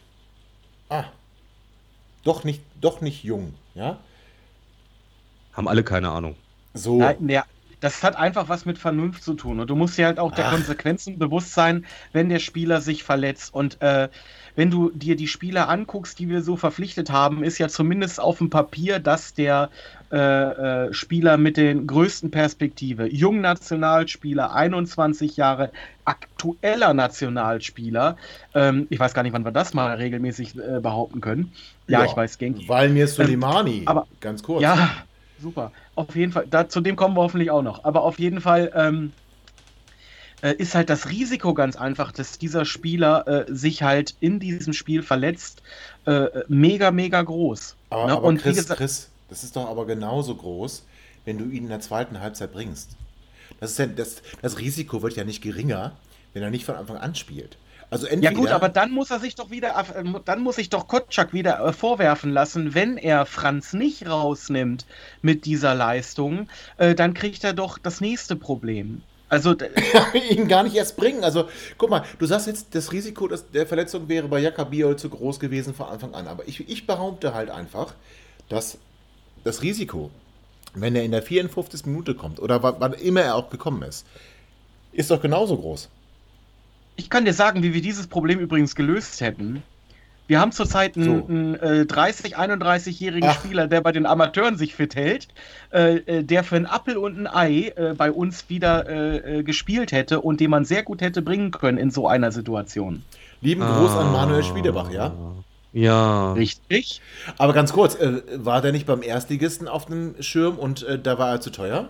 Doch nicht jung, ja? Haben alle keine Ahnung. So. Nein, ja, das hat einfach was mit Vernunft zu tun. Und du musst dir halt auch der Konsequenzen bewusst sein, wenn der Spieler sich verletzt. Und wenn du dir die Spieler anguckst, die wir so verpflichtet haben, ist ja zumindest auf dem Papier, dass der Spieler mit den größten Perspektive, Jungnationalspieler, 21 Jahre, aktueller Nationalspieler, ich weiß gar nicht, wann wir das mal regelmäßig behaupten können. Ja, ich weiß, Genki. Valmir Soleimani, aber ganz kurz. Ja, super. Auf jeden Fall, zu dem kommen wir hoffentlich auch noch. Aber auf jeden Fall ist halt das Risiko ganz einfach, dass dieser Spieler sich halt in diesem Spiel verletzt, mega, mega groß. Aber und Chris, das ist doch aber genauso groß, wenn du ihn in der zweiten Halbzeit bringst. Das Risiko wird ja nicht geringer, wenn er nicht von Anfang an spielt. Also entweder, ja gut, aber dann muss er sich doch Kotschak wieder vorwerfen lassen, wenn er Franz nicht rausnimmt mit dieser Leistung, dann kriegt er doch das nächste Problem. Also ihn gar nicht erst bringen. Also guck mal, du sagst jetzt, das Risiko der Verletzung wäre bei Jakabiol zu groß gewesen von Anfang an. Aber ich behaupte halt einfach, dass das Risiko, wenn er in der 54. Minute kommt oder wann immer er auch gekommen ist doch genauso groß. Ich kann dir sagen, wie wir dieses Problem übrigens gelöst hätten. Wir haben zurzeit einen 31-jährigen Spieler, der bei den Amateuren sich fit hält, der für einen Appel und ein Ei bei uns wieder gespielt hätte und den man sehr gut hätte bringen können in so einer Situation. Lieben Gruß an Manuel Schwiedebach, ja? Ja. Richtig. Aber ganz kurz, war der nicht beim Erstligisten auf dem Schirm und da war er zu teuer?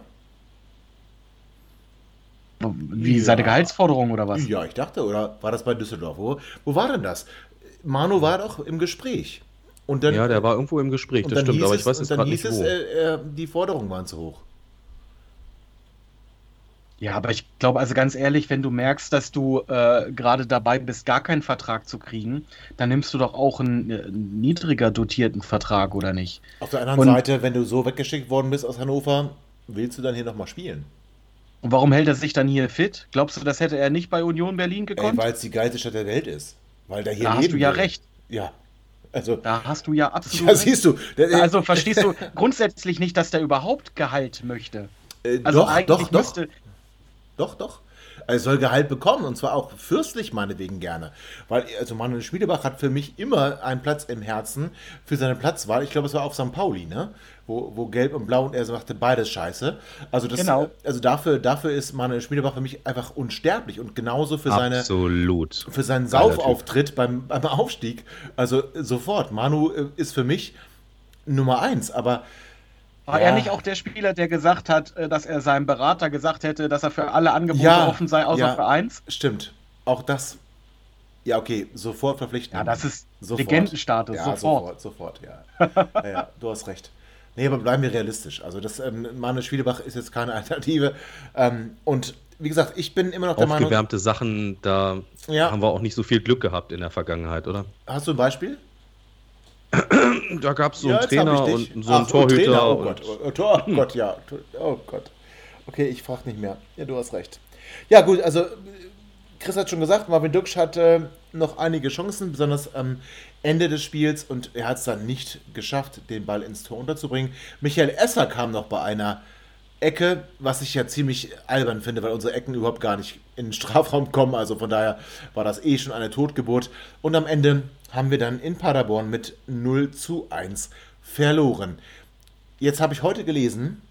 Wie, seine Gehaltsforderung oder was? Ja, ich dachte, oder war das bei Düsseldorf? Wo war denn das? Manu war doch im Gespräch. Und dann, ja, der war irgendwo im Gespräch, das stimmt, aber ich weiß jetzt gerade nicht wo. Die Forderungen waren zu hoch. Ja, aber ich glaube, also ganz ehrlich, wenn du merkst, dass du gerade dabei bist, gar keinen Vertrag zu kriegen, dann nimmst du doch auch einen niedriger dotierten Vertrag, oder nicht? Auf der anderen Seite, wenn du so weggeschickt worden bist aus Hannover, willst du dann hier nochmal spielen? Und warum hält er sich dann hier fit? Glaubst du, das hätte er nicht bei Union Berlin gekonnt? Weil es die geilste Stadt der Welt ist. Weil da hier da hast du ja recht. Ja. Also, da hast du ja absolut recht. Siehst du. Also verstehst du grundsätzlich nicht, dass der überhaupt Gehalt möchte? Also Doch. Er soll Gehalt bekommen und zwar auch fürstlich meinetwegen gerne. Weil, also Manuel Schwiedebach hat für mich immer einen Platz im Herzen für seine Platzwahl. Ich glaube, es war auf St. Pauli, ne? Wo Gelb und Blau und er sagte, beides scheiße. Also also dafür ist Manuel Schwiedebach für mich einfach unsterblich und genauso für seinen Saufauftritt beim Aufstieg. Also sofort. Manu ist für mich Nummer 1, aber war er nicht auch der Spieler, der gesagt hat, dass er seinem Berater gesagt hätte, dass er für alle Angebote offen sei, außer für eins? Stimmt. Auch das. Ja, okay, sofort verpflichten. Ja, das ist Legendenstatus. Ja, sofort, ja. Du hast recht. Nee, aber bleiben wir realistisch. Also das Manuel Schwiedebach ist jetzt keine Alternative. Und wie gesagt, ich bin immer noch der Meinung... Aufgewärmte Sachen, da haben wir auch nicht so viel Glück gehabt in der Vergangenheit, oder? Hast du ein Beispiel? Da gab es so einen Trainer und so einen Torhüter. Oh Gott, ja. Oh Gott. Okay, ich frage nicht mehr. Ja, du hast recht. Ja gut, also Chris hat schon gesagt, Marvin Duksch hat noch einige Chancen, besonders am Ende des Spiels und er hat es dann nicht geschafft, den Ball ins Tor unterzubringen. Michael Esser kam noch bei einer Ecke, was ich ja ziemlich albern finde, weil unsere Ecken überhaupt gar nicht in den Strafraum kommen, also von daher war das schon eine Totgeburt und am Ende haben wir dann in Paderborn mit 0:1 verloren. Jetzt habe ich heute gelesen,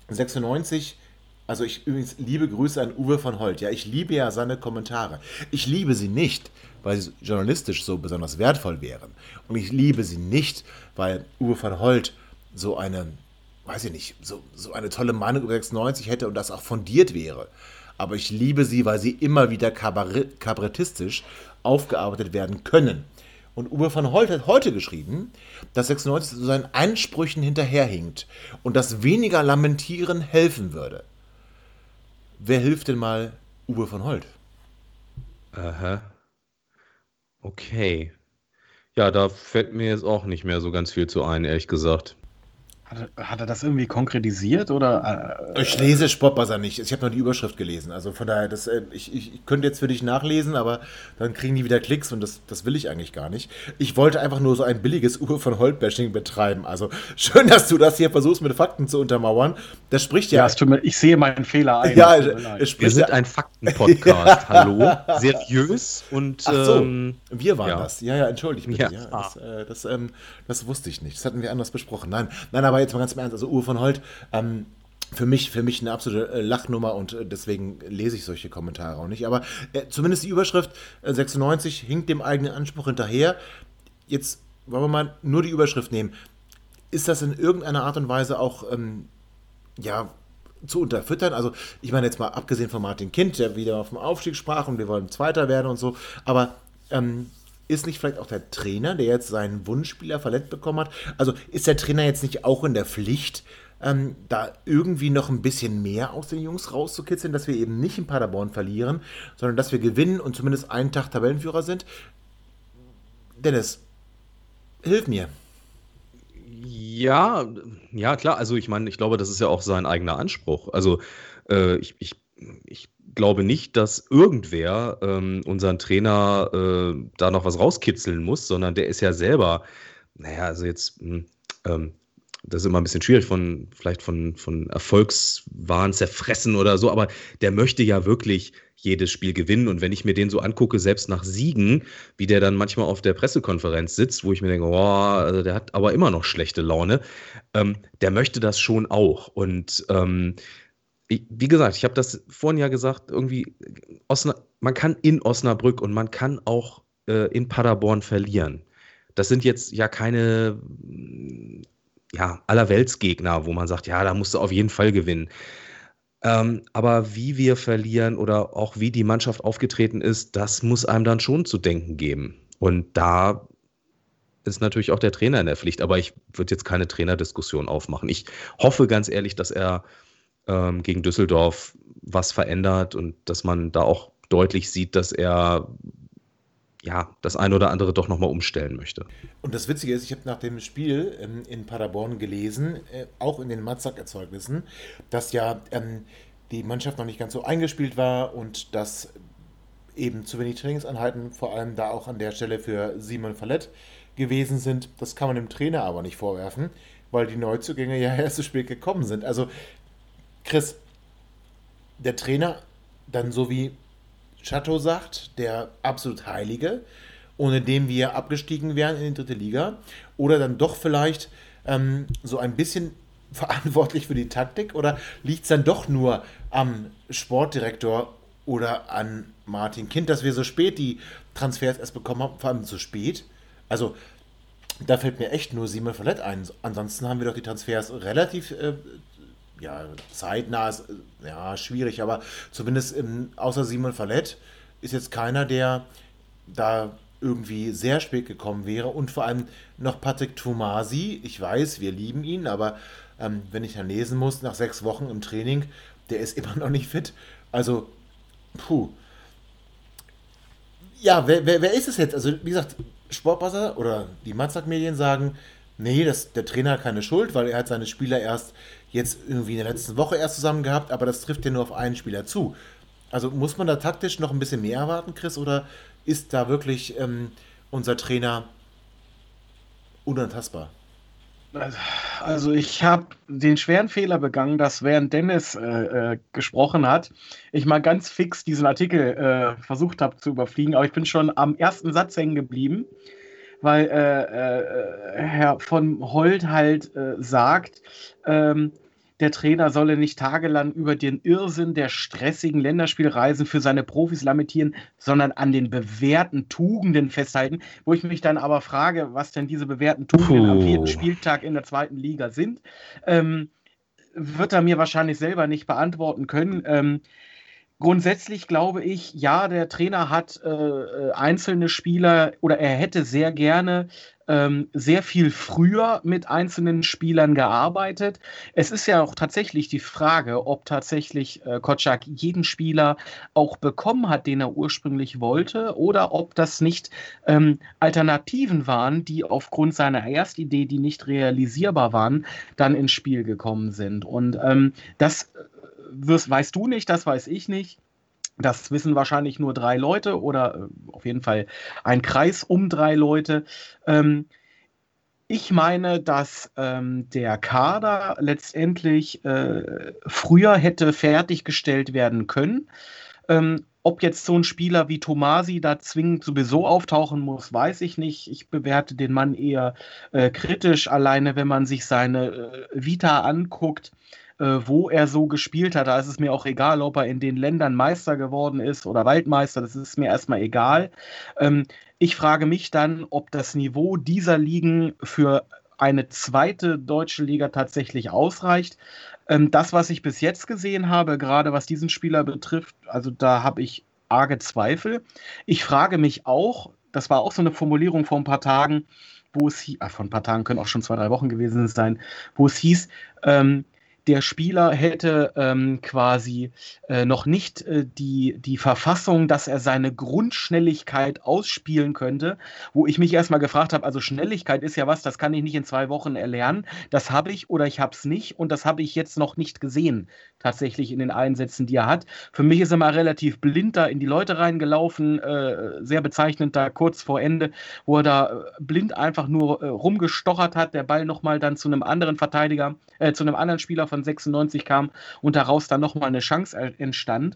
96, also ich übrigens liebe Grüße an Uwe von Holt. Ja, ich liebe ja seine Kommentare. Ich liebe sie nicht, weil sie journalistisch so besonders wertvoll wären. Und ich liebe sie nicht, weil Uwe von Holt so eine, weiß ich nicht, so eine tolle Meinung über 96 hätte und das auch fundiert wäre. Aber ich liebe sie, weil sie immer wieder kabarettistisch aufgearbeitet werden können. Und Uwe von Holt hat heute geschrieben, dass 96 so seinen Ansprüchen hinterherhinkt und dass weniger Lamentieren helfen würde. Wer hilft denn mal Uwe von Holt? Aha. Okay. Ja, da fällt mir jetzt auch nicht mehr so ganz viel zu ein, ehrlich gesagt. Hat er das irgendwie konkretisiert oder? Ich lese Sportbuzzer nicht. Ich habe nur die Überschrift gelesen. Also von daher, ich könnte jetzt für dich nachlesen, aber dann kriegen die wieder Klicks und das will ich eigentlich gar nicht. Ich wollte einfach nur so ein billiges Uwe von Holt-Bashing betreiben. Also schön, dass du das hier versuchst mit Fakten zu untermauern. Das spricht ja. Ja, es tut mir, ich sehe meinen Fehler ein. Ja, es tut mir leid. es Wir spricht sind ja. ein Fakten-Podcast, hallo? Seriös und Ach so, wir waren ja. das. Ja, entschuldigt bitte. Ja. Das wusste ich nicht. Das hatten wir anders besprochen. Nein, aber jetzt mal ganz im Ernst. Also Uwe von Holt, für mich eine absolute Lachnummer und deswegen lese ich solche Kommentare auch nicht. Aber zumindest die Überschrift 96 hinkt dem eigenen Anspruch hinterher. Jetzt wollen wir mal nur die Überschrift nehmen. Ist das in irgendeiner Art und Weise auch zu unterfüttern? Also ich meine jetzt mal abgesehen von Martin Kind, der wieder auf dem Aufstieg sprach und wir wollen Zweiter werden und so, aber ist nicht vielleicht auch der Trainer, der jetzt seinen Wunschspieler verletzt bekommen hat? Also ist der Trainer jetzt nicht auch in der Pflicht, da irgendwie noch ein bisschen mehr aus den Jungs rauszukitzeln, dass wir eben nicht in Paderborn verlieren, sondern dass wir gewinnen und zumindest einen Tag Tabellenführer sind? Dennis, hilf mir. Ja, ja, klar. Also ich meine, ich glaube, das ist ja auch sein eigener Anspruch. Also ich glaube nicht, dass irgendwer unseren Trainer da noch was rauskitzeln muss, sondern der ist ja selber, naja, also jetzt, das ist immer ein bisschen schwierig, vielleicht von Erfolgswahn zerfressen oder so, aber der möchte ja wirklich jedes Spiel gewinnen. Und wenn ich mir den so angucke, selbst nach Siegen, wie der dann manchmal auf der Pressekonferenz sitzt, wo ich mir denke, also der hat aber immer noch schlechte Laune, der möchte das schon auch. Und wie gesagt, ich habe das vorhin ja gesagt, irgendwie, man kann in Osnabrück und man kann auch in Paderborn verlieren. Das sind jetzt ja keine Allerweltsgegner, wo man sagt, ja, da musst du auf jeden Fall gewinnen. Aber wie wir verlieren oder auch wie die Mannschaft aufgetreten ist, das muss einem dann schon zu denken geben. Und da ist natürlich auch der Trainer in der Pflicht. Aber ich würde jetzt keine Trainerdiskussion aufmachen. Ich hoffe ganz ehrlich, dass er gegen Düsseldorf was verändert und dass man da auch deutlich sieht, dass er das ein oder andere doch nochmal umstellen möchte. Und das Witzige ist, ich habe nach dem Spiel in Paderborn gelesen, auch in den Matzak-Erzeugnissen, dass ja die Mannschaft noch nicht ganz so eingespielt war und dass eben zu wenig Trainingseinheiten, vor allem da auch an der Stelle für Simon Fallett gewesen sind. Das kann man dem Trainer aber nicht vorwerfen, weil die Neuzugänge ja erst zu spät gekommen sind. Also Chris, der Trainer dann so wie Chateau sagt, der absolut Heilige, ohne dem wir abgestiegen wären in die dritte Liga, oder dann doch vielleicht so ein bisschen verantwortlich für die Taktik, oder liegt es dann doch nur am Sportdirektor oder an Martin Kind, dass wir so spät die Transfers erst bekommen haben, vor allem so spät? Also da fällt mir echt nur Simon Fallett ein. Ansonsten haben wir doch die Transfers relativ zeitnah, ist schwierig, aber zumindest außer Simon Fallett ist jetzt keiner, der da irgendwie sehr spät gekommen wäre, und vor allem noch Patrick Twumasi. Ich weiß, wir lieben ihn, aber wenn ich dann lesen muss, nach 6 Wochen im Training, der ist immer noch nicht fit. Also, Ja, wer ist es jetzt? Also, wie gesagt, Sportbuzzer oder die Matzak-Medien sagen, nee, der Trainer hat keine Schuld, weil er hat seine Spieler erst jetzt irgendwie in der letzten Woche erst zusammen gehabt, aber das trifft ja nur auf einen Spieler zu. Also muss man da taktisch noch ein bisschen mehr erwarten, Chris, oder ist da wirklich unser Trainer unantastbar? Also ich habe den schweren Fehler begangen, dass während Dennis gesprochen hat, ich mal ganz fix diesen Artikel versucht habe zu überfliegen, aber ich bin schon am ersten Satz hängen geblieben, weil Herr von Holt halt sagt, der Trainer solle nicht tagelang über den Irrsinn der stressigen Länderspielreisen für seine Profis lamentieren, sondern an den bewährten Tugenden festhalten, wo ich mich dann aber frage, was denn diese bewährten Tugenden am 4. Spieltag in der 2. Liga sind, wird er mir wahrscheinlich selber nicht beantworten können. Grundsätzlich glaube ich, ja, der Trainer hat einzelne Spieler oder er hätte sehr gerne sehr viel früher mit einzelnen Spielern gearbeitet. Es ist ja auch tatsächlich die Frage, ob tatsächlich Kotschak jeden Spieler auch bekommen hat, den er ursprünglich wollte, oder ob das nicht Alternativen waren, die aufgrund seiner Erstidee, die nicht realisierbar waren, dann ins Spiel gekommen sind. Und das weißt du nicht, das weiß ich nicht. Das wissen wahrscheinlich nur 3 Leute oder auf jeden Fall ein Kreis um 3 Leute. Ich meine, dass der Kader letztendlich früher hätte fertiggestellt werden können. Ob jetzt so ein Spieler wie Tomasi da zwingend sowieso auftauchen muss, weiß ich nicht. Ich bewerte den Mann eher kritisch, alleine wenn man sich seine Vita anguckt, wo er so gespielt hat. Da ist es mir auch egal, ob er in den Ländern Meister geworden ist oder Waldmeister, das ist mir erstmal egal. Ich frage mich dann, ob das Niveau dieser Ligen für eine 2. deutsche Liga tatsächlich ausreicht. Das, was ich bis jetzt gesehen habe, gerade was diesen Spieler betrifft, also da habe ich arge Zweifel. Ich frage mich auch, das war auch so eine Formulierung vor ein paar Tagen, vor ein paar Tagen können auch schon 2, 3 Wochen gewesen sein, wo es hieß, der Spieler hätte quasi noch nicht die Verfassung, dass er seine Grundschnelligkeit ausspielen könnte, wo ich mich erstmal gefragt habe, also Schnelligkeit ist ja was, das kann ich nicht in 2 Wochen erlernen, das habe ich oder ich habe es nicht und das habe ich jetzt noch nicht gesehen, tatsächlich in den Einsätzen, die er hat. Für mich ist er mal relativ blind da in die Leute reingelaufen, sehr bezeichnend da kurz vor Ende, wo er da blind einfach nur rumgestochert hat, der Ball nochmal dann zu einem anderen Verteidiger, zu einem anderen Spieler von 96 kam und daraus dann nochmal eine Chance entstand.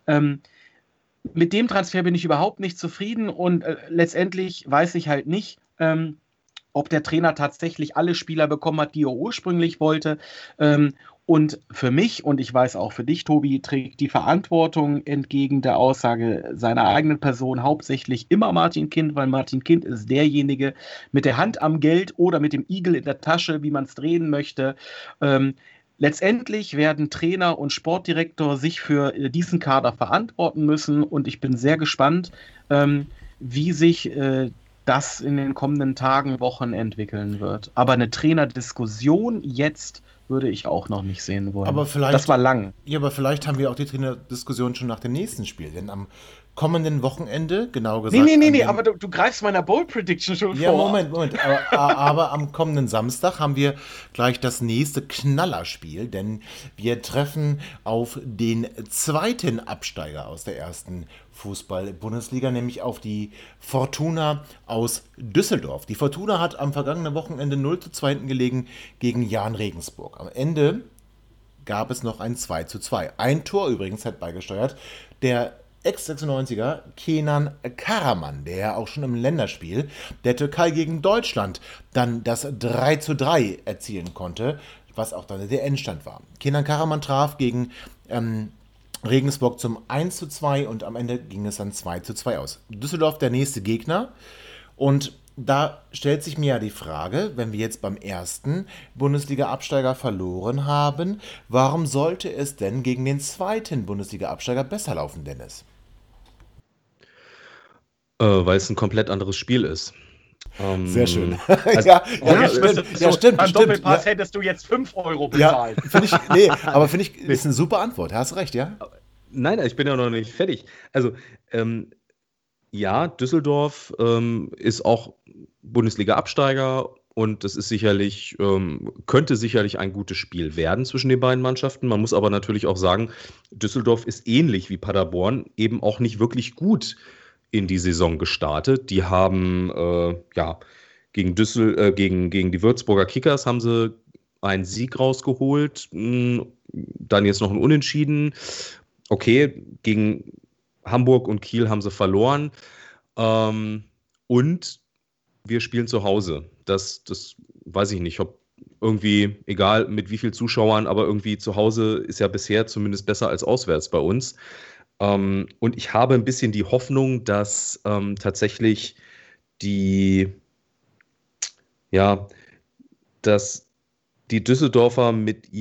Mit dem Transfer bin ich überhaupt nicht zufrieden und letztendlich weiß ich halt nicht, ob der Trainer tatsächlich alle Spieler bekommen hat, die er ursprünglich wollte. Und für mich, und ich weiß auch für dich, Tobi, trägt die Verantwortung entgegen der Aussage seiner eigenen Person hauptsächlich immer Martin Kind, weil Martin Kind ist derjenige mit der Hand am Geld oder mit dem Igel in der Tasche, wie man es drehen möchte. Letztendlich werden Trainer und Sportdirektor sich für diesen Kader verantworten müssen und ich bin sehr gespannt, wie sich das in den kommenden Tagen, Wochen entwickeln wird. Aber eine Trainerdiskussion jetzt würde ich auch noch nicht sehen wollen. Aber vielleicht, das war lang. Ja, aber vielleicht haben wir auch die Trainerdiskussion schon nach dem nächsten Spiel, denn am kommenden Wochenende, genau gesagt... Nee, aber du greifst meiner Bold Prediction schon vor. Ja, Moment. Aber am kommenden Samstag haben wir gleich das nächste Knallerspiel, denn wir treffen auf den 2. Absteiger aus der 1. Fußball-Bundesliga, nämlich auf die Fortuna aus Düsseldorf. Die Fortuna hat am vergangenen Wochenende 0:2 gelegen gegen Jahn Regensburg. Am Ende gab es noch ein 2:2. Ein Tor übrigens hat beigesteuert der Ex-96er Kenan Karaman, der auch schon im Länderspiel der Türkei gegen Deutschland dann das 3:3 erzielen konnte, was auch dann der Endstand war. Kenan Karaman traf gegen Regensburg zum 1:2 und am Ende ging es dann 2:2 aus. Düsseldorf der nächste Gegner und da stellt sich mir ja die Frage, wenn wir jetzt beim 1. Bundesliga-Absteiger verloren haben, warum sollte es denn gegen den 2. Bundesliga-Absteiger besser laufen, Dennis? Weil es ein komplett anderes Spiel ist. Sehr schön. Also, stimmt. Beim Doppelpass Ja. hättest du jetzt 5 Euro bezahlt. Ja, finde ich, ist eine super Antwort. Hast recht, ja? Nein, ich bin ja noch nicht fertig. Also, ja, Düsseldorf ist auch Bundesliga-Absteiger und es ist sicherlich, könnte sicherlich ein gutes Spiel werden zwischen den beiden Mannschaften. Man muss aber natürlich auch sagen, Düsseldorf ist ähnlich wie Paderborn eben auch nicht wirklich gut in die Saison gestartet. Die haben gegen die Würzburger Kickers haben sie einen Sieg rausgeholt, dann jetzt noch ein Unentschieden. Okay, gegen Hamburg und Kiel haben sie verloren. Und wir spielen zu Hause. Das weiß ich nicht, ob irgendwie, egal mit wie vielen Zuschauern, aber irgendwie zu Hause ist ja bisher zumindest besser als auswärts bei uns. Und ich habe ein bisschen die Hoffnung, dass tatsächlich die, ja, dass die Düsseldorfer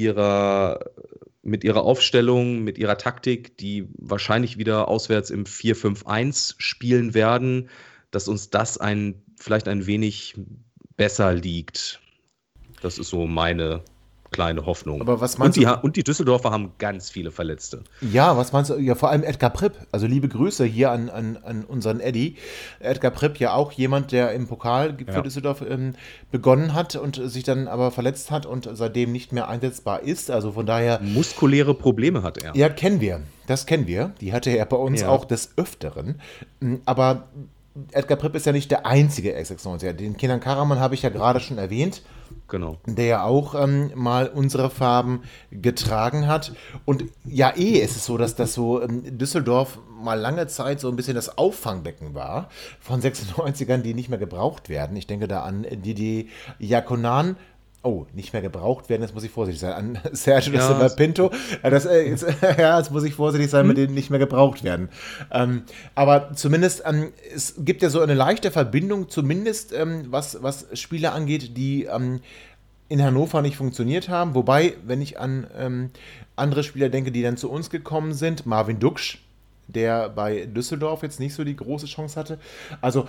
mit ihrer Aufstellung, mit ihrer Taktik, die wahrscheinlich wieder auswärts im 4-5-1 spielen werden, dass uns das vielleicht ein wenig besser liegt. Das ist so meine kleine Hoffnung. Aber was meinst du? Und die Düsseldorfer haben ganz viele Verletzte. Ja, was meinst du? Ja, vor allem Edgar Pripp. Also liebe Grüße hier an unseren Eddy. Edgar Pripp, ja auch jemand, der im Pokal für Düsseldorf begonnen hat und sich dann aber verletzt hat und seitdem nicht mehr einsetzbar ist. Also von daher. Muskuläre Probleme hat er. Ja, kennen wir. Das kennen wir. Die hatte er bei uns auch des Öfteren. Aber Edgar Pripp ist ja nicht der einzige Ex-96er. Den Kenan Karaman habe ich ja gerade schon erwähnt. Genau. Der ja auch mal unsere Farben getragen hat. Und ja, ist es so, dass das so Düsseldorf mal lange Zeit so ein bisschen das Auffangbecken war von 96ern, die nicht mehr gebraucht werden. Ich denke da an Didier Yaconan. Oh, nicht mehr gebraucht werden, jetzt muss ich vorsichtig sein. An Sergio da Silva Pinto. Jetzt muss ich vorsichtig sein, mit denen nicht mehr gebraucht werden. Aber zumindest, es gibt ja so eine leichte Verbindung, zumindest was Spieler angeht, die in Hannover nicht funktioniert haben. Wobei, wenn ich an andere Spieler denke, die dann zu uns gekommen sind, Marvin Duksch, der bei Düsseldorf jetzt nicht so die große Chance hatte. Also,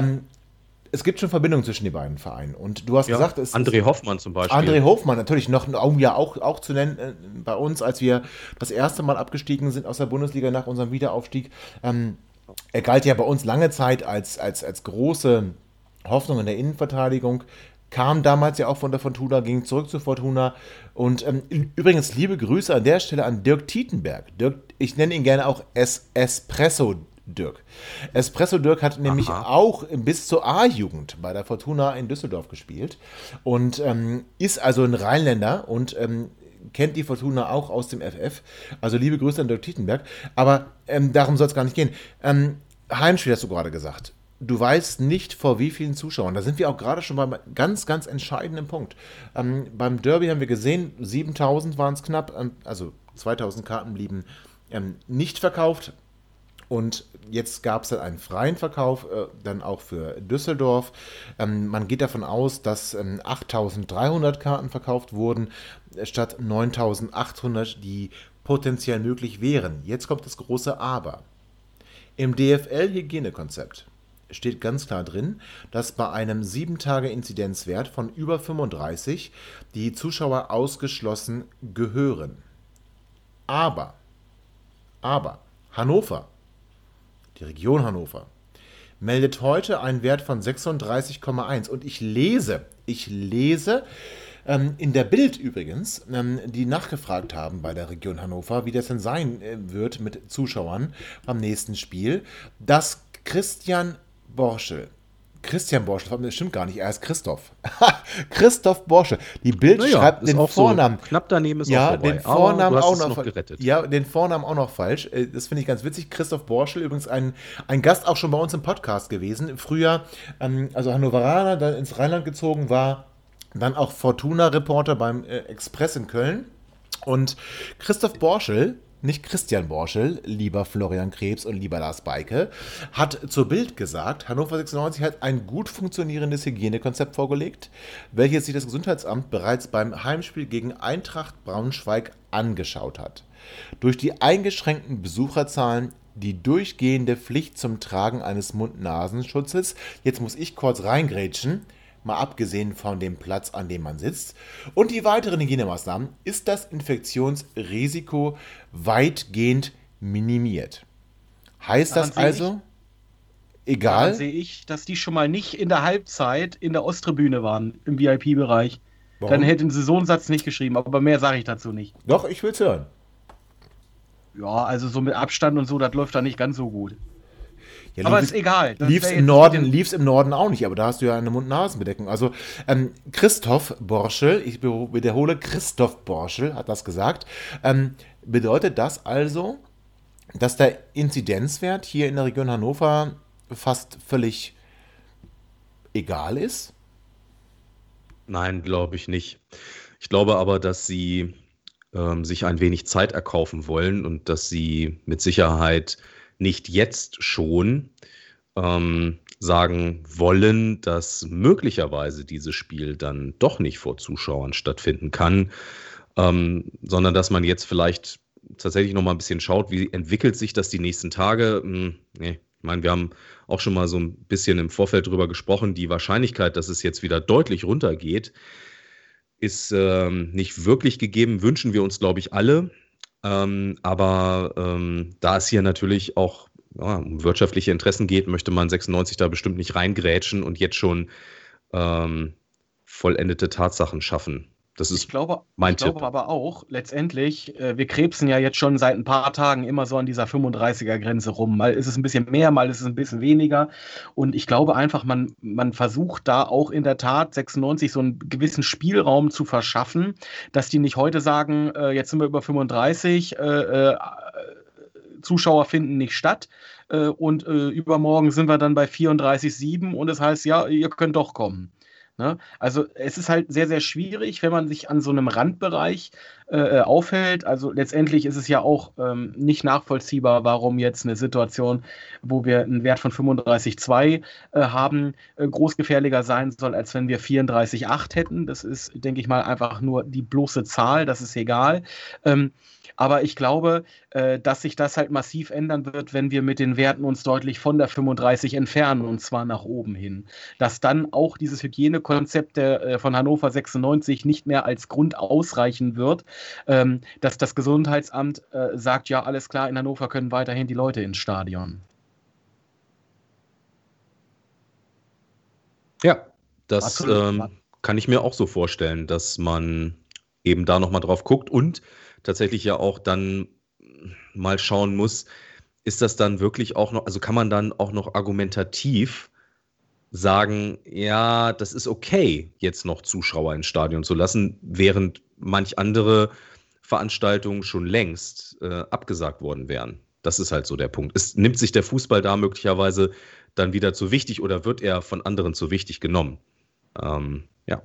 es gibt schon Verbindungen zwischen den beiden Vereinen. Und du hast gesagt, es André Hoffmann zum Beispiel. André Hoffmann natürlich noch auch zu nennen bei uns, als wir das erste Mal abgestiegen sind aus der Bundesliga nach unserem Wiederaufstieg. Er galt ja bei uns lange Zeit als große Hoffnung in der Innenverteidigung. Kam damals ja auch von der Fortuna, ging zurück zur Fortuna. Und übrigens liebe Grüße an der Stelle an Dirk Tietenberg. Dirk, ich nenne ihn gerne auch Espresso Dirk. Espresso Dirk hat nämlich auch bis zur A-Jugend bei der Fortuna in Düsseldorf gespielt und ist also ein Rheinländer und kennt die Fortuna auch aus dem FF. Also liebe Grüße an Dirk Tietenberg. Aber darum soll es gar nicht gehen. Heimspiel hast du gerade gesagt. Du weißt nicht, vor wie vielen Zuschauern. Da sind wir auch gerade schon beim ganz, ganz entscheidenden Punkt. Beim Derby haben wir gesehen, 7.000 waren es knapp, also 2.000 Karten blieben nicht verkauft. Und jetzt gab es dann einen freien Verkauf, dann auch für Düsseldorf. Man geht davon aus, dass 8.300 Karten verkauft wurden, statt 9.800, die potenziell möglich wären. Jetzt kommt das große Aber. Im DFL-Hygienekonzept steht ganz klar drin, dass bei einem 7-Tage-Inzidenzwert von über 35 die Zuschauer ausgeschlossen gehören. Aber Hannover, die Region Hannover, meldet heute einen Wert von 36,1. Und ich lese in der Bild übrigens, die nachgefragt haben bei der Region Hannover, wie das denn sein wird mit Zuschauern beim nächsten Spiel, dass Christian Borschel, das stimmt gar nicht, er heißt Christoph. Christoph Borschel. Die Bild schreibt den Vornamen. So knapp daneben ist ja, auch vorbei. Den Vornamen auch noch gerettet. Ja, den Vornamen auch noch falsch. Das finde ich ganz witzig. Christoph Borschel, übrigens ein Gast auch schon bei uns im Podcast gewesen. Früher, also Hannoveraner, dann ins Rheinland gezogen, war dann auch Fortuna-Reporter beim Express in Köln. Und Christoph Borschel, nicht Christian Borschel, lieber Florian Krebs und lieber Lars Beike, hat zur Bild gesagt, Hannover 96 hat ein gut funktionierendes Hygienekonzept vorgelegt, welches sich das Gesundheitsamt bereits beim Heimspiel gegen Eintracht Braunschweig angeschaut hat. Durch die eingeschränkten Besucherzahlen, die durchgehende Pflicht zum Tragen eines Mund-Nasenschutzes, jetzt muss ich kurz reingrätschen, mal abgesehen von dem Platz, an dem man sitzt, und die weiteren Hygienemaßnahmen, ist das Infektionsrisiko weitgehend minimiert. Heißt das also, egal? Daran sehe ich, dass die schon mal nicht in der Halbzeit in der Osttribüne waren, im VIP-Bereich. Dann hätte ein Saisonsatz nicht geschrieben, aber mehr sage ich dazu nicht. Doch, ich will es hören. Ja, also so mit Abstand und so, das läuft da nicht ganz so gut. Ja, aber ist egal. Lief's im Norden auch nicht, aber da hast du ja eine Mund-Nasen-Bedeckung. Also Christoph Borschel, ich wiederhole, Christoph Borschel hat das gesagt. Bedeutet das also, dass der Inzidenzwert hier in der Region Hannover fast völlig egal ist? Nein, glaube ich nicht. Ich glaube aber, dass sie sich ein wenig Zeit erkaufen wollen und dass sie mit Sicherheit nicht jetzt schon sagen wollen, dass möglicherweise dieses Spiel dann doch nicht vor Zuschauern stattfinden kann, sondern dass man jetzt vielleicht tatsächlich noch mal ein bisschen schaut, wie entwickelt sich das die nächsten Tage. Nee. Ich meine, wir haben auch schon mal so ein bisschen im Vorfeld drüber gesprochen. Die Wahrscheinlichkeit, dass es jetzt wieder deutlich runtergeht, ist nicht wirklich gegeben. Wünschen wir uns, glaube ich, alle. Aber da es hier natürlich auch um wirtschaftliche Interessen geht, möchte man 96 da bestimmt nicht reingrätschen und jetzt schon vollendete Tatsachen schaffen. Das ist mein Tipp. Ich glaube aber auch, letztendlich, wir krebsen ja jetzt schon seit ein paar Tagen immer so an dieser 35er-Grenze rum. Mal ist es ein bisschen mehr, mal ist es ein bisschen weniger. Und ich glaube einfach, man versucht da auch in der Tat 96 so einen gewissen Spielraum zu verschaffen, dass die nicht heute sagen, jetzt sind wir über 35, Zuschauer finden nicht statt und übermorgen sind wir dann bei 34,7 und das heißt, ja, ihr könnt doch kommen. Ne? Also es ist halt sehr, sehr schwierig, wenn man sich an so einem Randbereich aufhält. Also letztendlich ist es ja auch nicht nachvollziehbar, warum jetzt eine Situation, wo wir einen Wert von 35,2 haben, großgefährlicher sein soll, als wenn wir 34,8 hätten. Das ist, denke ich mal, einfach nur die bloße Zahl, das ist egal. Aber ich glaube, dass sich das halt massiv ändern wird, wenn wir mit den Werten uns deutlich von der 35 entfernen, und zwar nach oben hin. Dass dann auch dieses Hygienekonzept von Hannover 96 nicht mehr als Grund ausreichen wird, dass das Gesundheitsamt sagt, ja, alles klar, in Hannover können weiterhin die Leute ins Stadion. Ja, das kann ich mir auch so vorstellen, dass man eben da nochmal drauf guckt und tatsächlich ja auch dann mal schauen muss, ist das dann wirklich auch noch, also kann man dann auch noch argumentativ sagen, ja, das ist okay, jetzt noch Zuschauer ins Stadion zu lassen, während manch andere Veranstaltungen schon längst abgesagt worden wären. Das ist halt so der Punkt. Nimmt sich der Fußball da möglicherweise dann wieder zu wichtig oder wird er von anderen zu wichtig genommen? Ja.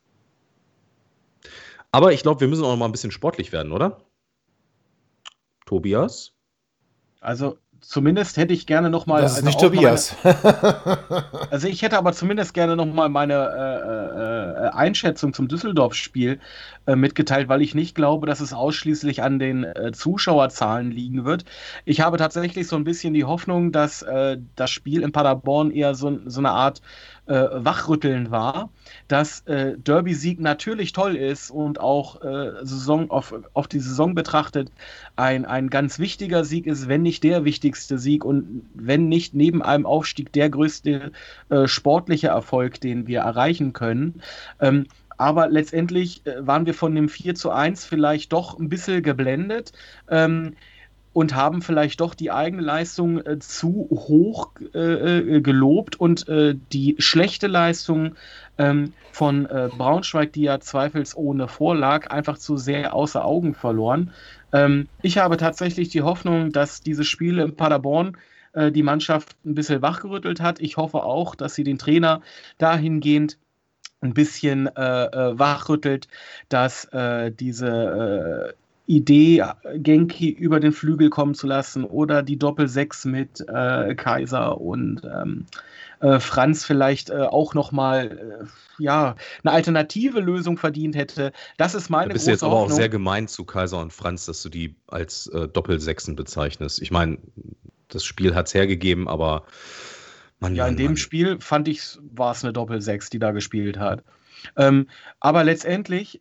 Aber ich glaube, wir müssen auch noch mal ein bisschen sportlich werden, oder? Tobias? Also zumindest hätte ich gerne noch mal... Das ist nicht Tobias. Also ich hätte aber zumindest gerne noch mal meine Einschätzung zum Düsseldorf-Spiel mitgeteilt, weil ich nicht glaube, dass es ausschließlich an den Zuschauerzahlen liegen wird. Ich habe tatsächlich so ein bisschen die Hoffnung, dass das Spiel in Paderborn eher so eine Art Wachrütteln war, dass Derby-Sieg natürlich toll ist und auch auf die Saison betrachtet ein ganz wichtiger Sieg ist, wenn nicht der wichtigste Sieg und wenn nicht neben einem Aufstieg der größte sportliche Erfolg, den wir erreichen können. Aber letztendlich waren wir von dem 4:1 vielleicht doch ein bisschen geblendet. Und haben vielleicht doch die eigene Leistung zu hoch gelobt und die schlechte Leistung von Braunschweig, die ja zweifelsohne vorlag, einfach zu sehr außer Augen verloren. Ich habe tatsächlich die Hoffnung, dass dieses Spiel in Paderborn die Mannschaft ein bisschen wachgerüttelt hat. Ich hoffe auch, dass sie den Trainer dahingehend ein bisschen wachrüttelt, dass diese Idee, Genki über den Flügel kommen zu lassen oder die Doppel-6 mit Kaiser und Franz vielleicht auch nochmal eine alternative Lösung verdient hätte. Das ist meine große Hoffnung. Du bist jetzt aber auch sehr gemein zu Kaiser und Franz, dass du die als Doppel-6en bezeichnest. Ich meine, das Spiel hat es hergegeben, aber in dem Spiel fand ich, war es eine Doppel-6, die da gespielt hat. Aber letztendlich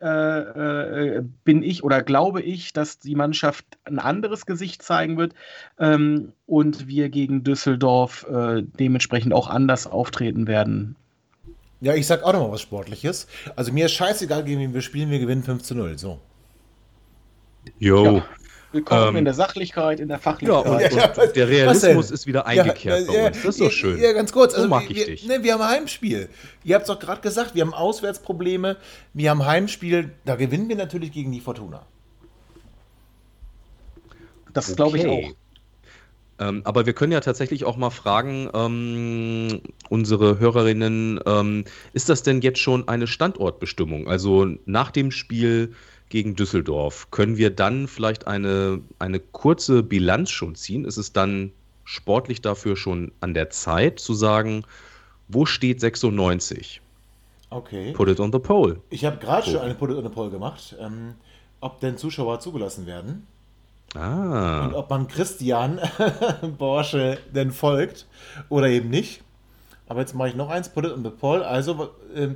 glaube ich, dass die Mannschaft ein anderes Gesicht zeigen wird und wir gegen Düsseldorf dementsprechend auch anders auftreten werden. Ja, ich sag auch noch mal was Sportliches. Also mir ist scheißegal, gegen wen wir spielen, wir gewinnen 5:0. So. Jo. Ja. Willkommen in der Sachlichkeit, in der Fachlichkeit. Ja, und der Realismus ist wieder eingekehrt bei uns. Das ist doch schön. Ja, ganz kurz. So mag ich dich. Wir haben ein Heimspiel. Ihr habt es doch gerade gesagt, wir haben Auswärtsprobleme. Wir haben ein Heimspiel. Da gewinnen wir natürlich gegen die Fortuna. Das glaube ich auch. Aber wir können ja tatsächlich auch mal fragen, unsere Hörerinnen, ist das denn jetzt schon eine Standortbestimmung? Also nach dem Spiel gegen Düsseldorf, können wir dann vielleicht eine kurze Bilanz schon ziehen? Ist es dann sportlich dafür schon an der Zeit zu sagen, wo steht 96? Okay. Put it on the poll. Ich habe gerade schon eine Put it on the poll gemacht, ob denn Zuschauer zugelassen werden und ob man Christian Borsche denn folgt oder eben nicht. Aber jetzt mache ich noch eins, Put it on the poll. Also,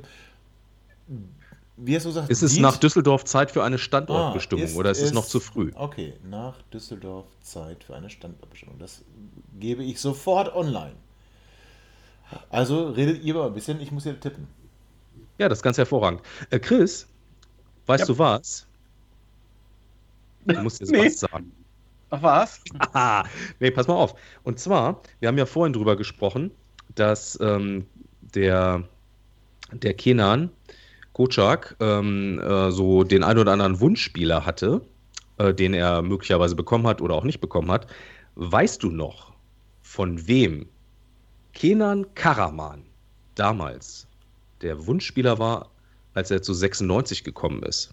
wie hast du gesagt? Ist es nach Düsseldorf Zeit für eine Standortbestimmung oder ist es noch zu früh? Okay, nach Düsseldorf Zeit für eine Standortbestimmung. Das gebe ich sofort online. Also redet ihr mal ein bisschen, ich muss hier tippen. Ja, das ist ganz hervorragend. Chris, weißt du was? Du musst jetzt was sagen. Ach was? Nee, pass mal auf. Und zwar, wir haben ja vorhin drüber gesprochen, dass der Kenan Kocak so den ein oder anderen Wunschspieler hatte, den er möglicherweise bekommen hat oder auch nicht bekommen hat. Weißt du noch, von wem Kenan Karaman damals der Wunschspieler war, als er zu 96 gekommen ist?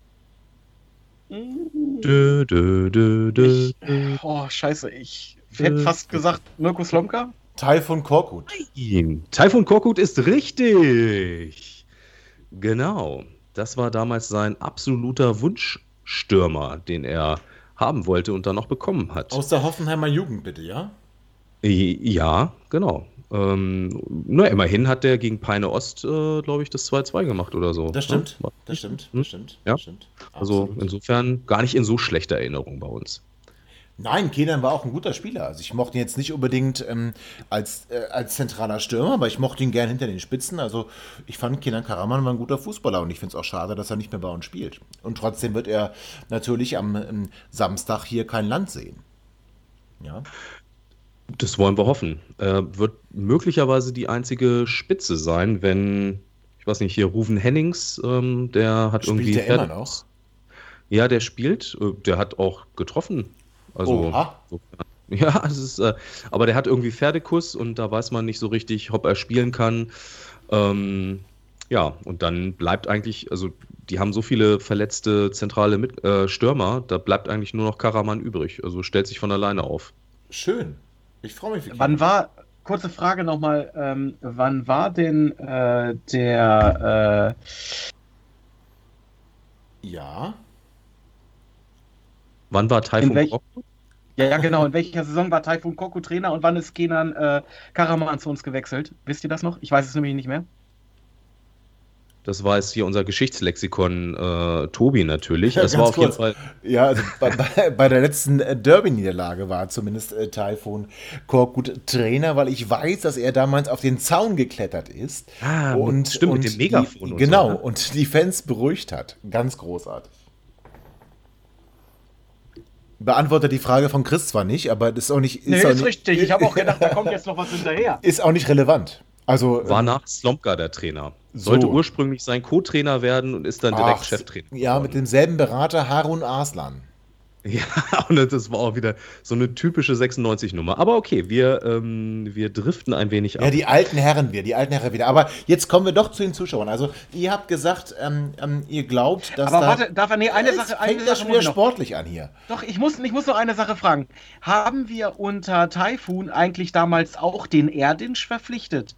Scheiße, ich hätte fast gesagt Mirko Slomka. Taifun Korkut. Taifun Korkut ist richtig. Genau, das war damals sein absoluter Wunschstürmer, den er haben wollte und dann noch bekommen hat. Aus der Hoffenheimer Jugend, bitte, ja? Ja, genau. Immerhin hat der gegen Peine Ost, glaube ich, das 2-2 gemacht oder so. Das stimmt, Ja? das stimmt. Ja. Das stimmt. Also Absolut. insofern gar nicht in so schlechter Erinnerung bei uns. Nein, Kenan war auch ein guter Spieler. Also ich mochte ihn jetzt nicht unbedingt als zentraler Stürmer, aber ich mochte ihn gern hinter den Spitzen. Also ich fand, Kenan Karaman war ein guter Fußballer und ich finde es auch schade, dass er nicht mehr bei uns spielt. Und trotzdem wird er natürlich am Samstag hier kein Land sehen. Ja. Das wollen wir hoffen. Wird möglicherweise die einzige Spitze sein, wenn, ich weiß nicht, hier Ruven Hennings, der hat Spielt irgendwie... der immer noch? Ja, der spielt, der hat auch getroffen. Also, Oha. ja, es ist, aber der hat irgendwie Pferdekuss und da weiß man nicht so richtig, ob er spielen kann. Ja, und dann bleibt eigentlich, also die haben so viele verletzte zentrale Stürmer, da bleibt eigentlich nur noch Karaman übrig. Also stellt sich von alleine auf. Schön. Ich freue mich für Kenan. Kurze Frage nochmal, wann war denn der Ja. Wann war Taifun Korkut? Ja, genau. In welcher Saison war Taifun Korkut Trainer und wann ist Kenan Karaman zu uns gewechselt? Wisst ihr das noch? Ich weiß es nämlich nicht mehr. Das war jetzt hier unser Geschichtslexikon Tobi natürlich. Ja, Es war ganz auf jeden kurz. Fall. Ja, also bei der letzten Derby-Niederlage war zumindest Taifun Korkut Trainer, weil ich weiß, dass er damals auf den Zaun geklettert ist. Stimmt, mit dem Megafon und genau, so, ne? und die Fans beruhigt hat. Ganz großartig. Beantwortet die Frage von Chris zwar nicht, aber das ist auch nicht... Nee, auch ist nicht, richtig. Ich habe auch gedacht, da kommt jetzt noch was hinterher. Ist auch nicht relevant. Also, War nach Slomka der Trainer. Sollte So. ursprünglich sein Co-Trainer werden und ist dann direkt Cheftrainer. Ja, geworden. mit demselben Berater Harun Arslan. Ja, und das war auch wieder so eine typische 96-Nummer. Aber okay, wir driften ein wenig ab. Ja, die alten Herren wieder. Aber jetzt kommen wir doch zu den Zuschauern. Also, ihr habt gesagt, ihr glaubt, dass Aber da... warte, eine Sache fängt das schon muss wieder ich noch. sportlich an hier. Doch, ich muss noch eine Sache fragen. Haben wir unter Taifun eigentlich damals auch den Erdinch verpflichtet?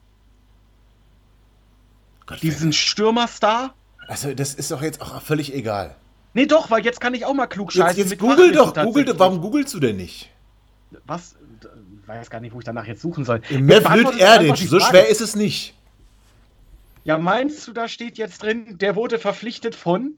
Gott, Diesen Stürmerstar? also, das ist doch jetzt auch völlig egal. Nee, doch, weil jetzt kann ich auch mal klug scheißen. Jetzt mit google doch, tatsächlich. warum googelst du denn nicht? Was? Ich weiß gar nicht, wo ich danach jetzt suchen soll. Mevlüt beantwortet einfach Erdinç, die so Frage. schwer ist es nicht. Ja, meinst du, da steht jetzt drin, der wurde verpflichtet von?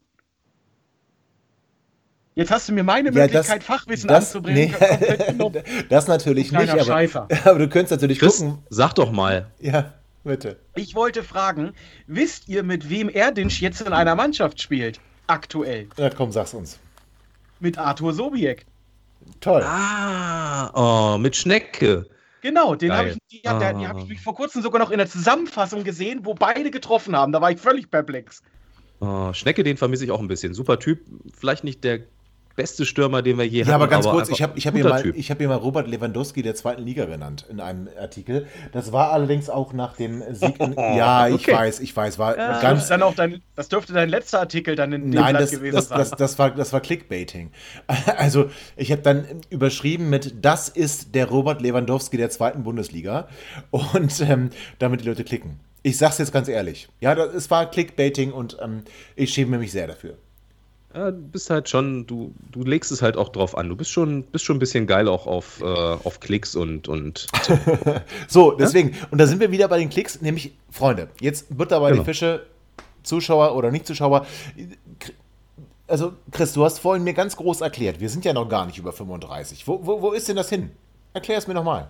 Jetzt hast du mir meine Möglichkeit, Fachwissen anzubringen. komplett genommen. das natürlich Du nicht, kleiner aber, Scheißer. aber du könntest natürlich Chris, gucken. sag doch mal. Ja, bitte. Ich wollte fragen, wisst ihr, mit wem Erdinch jetzt in einer Mannschaft spielt? Aktuell. Na komm, sag's uns. Mit Arthur Sobiek. Toll. Mit Schnecke. Genau, den Geil. hab ich vor kurzem sogar noch in der Zusammenfassung gesehen, wo beide getroffen haben. Da war ich völlig perplex. Schnecke, den vermisse ich auch ein bisschen. Super Typ, vielleicht nicht der beste Stürmer, den wir je hatten. Ja, aber ganz kurz, einfach ich hab guter Typ. hier mal Robert Lewandowski der zweiten Liga genannt in einem Artikel. Das war allerdings auch nach dem Sieg in, ja, ich Okay. weiß, war Das ganz, dürfte dann auch das dürfte dein letzter Artikel dann in dem nein, Blatt das, gewesen das, sein. das war Clickbaiting. Also, ich habe dann überschrieben mit, das ist der Robert Lewandowski der zweiten Bundesliga und damit die Leute klicken. Ich sag's jetzt ganz ehrlich. Ja, es war Clickbaiting und ich schäme mich sehr dafür. Ja, du bist halt schon, du legst es halt auch drauf an. Du bist schon ein bisschen geil auch auf Klicks und So, deswegen, und da sind wir wieder bei den Klicks, nämlich, Freunde, jetzt Butter bei die Genau. Fische, Zuschauer oder nicht Zuschauer. Also, Chris, du hast vorhin mir ganz groß erklärt, wir sind ja noch gar nicht über 35. Wo ist denn das hin? Erklär es mir nochmal.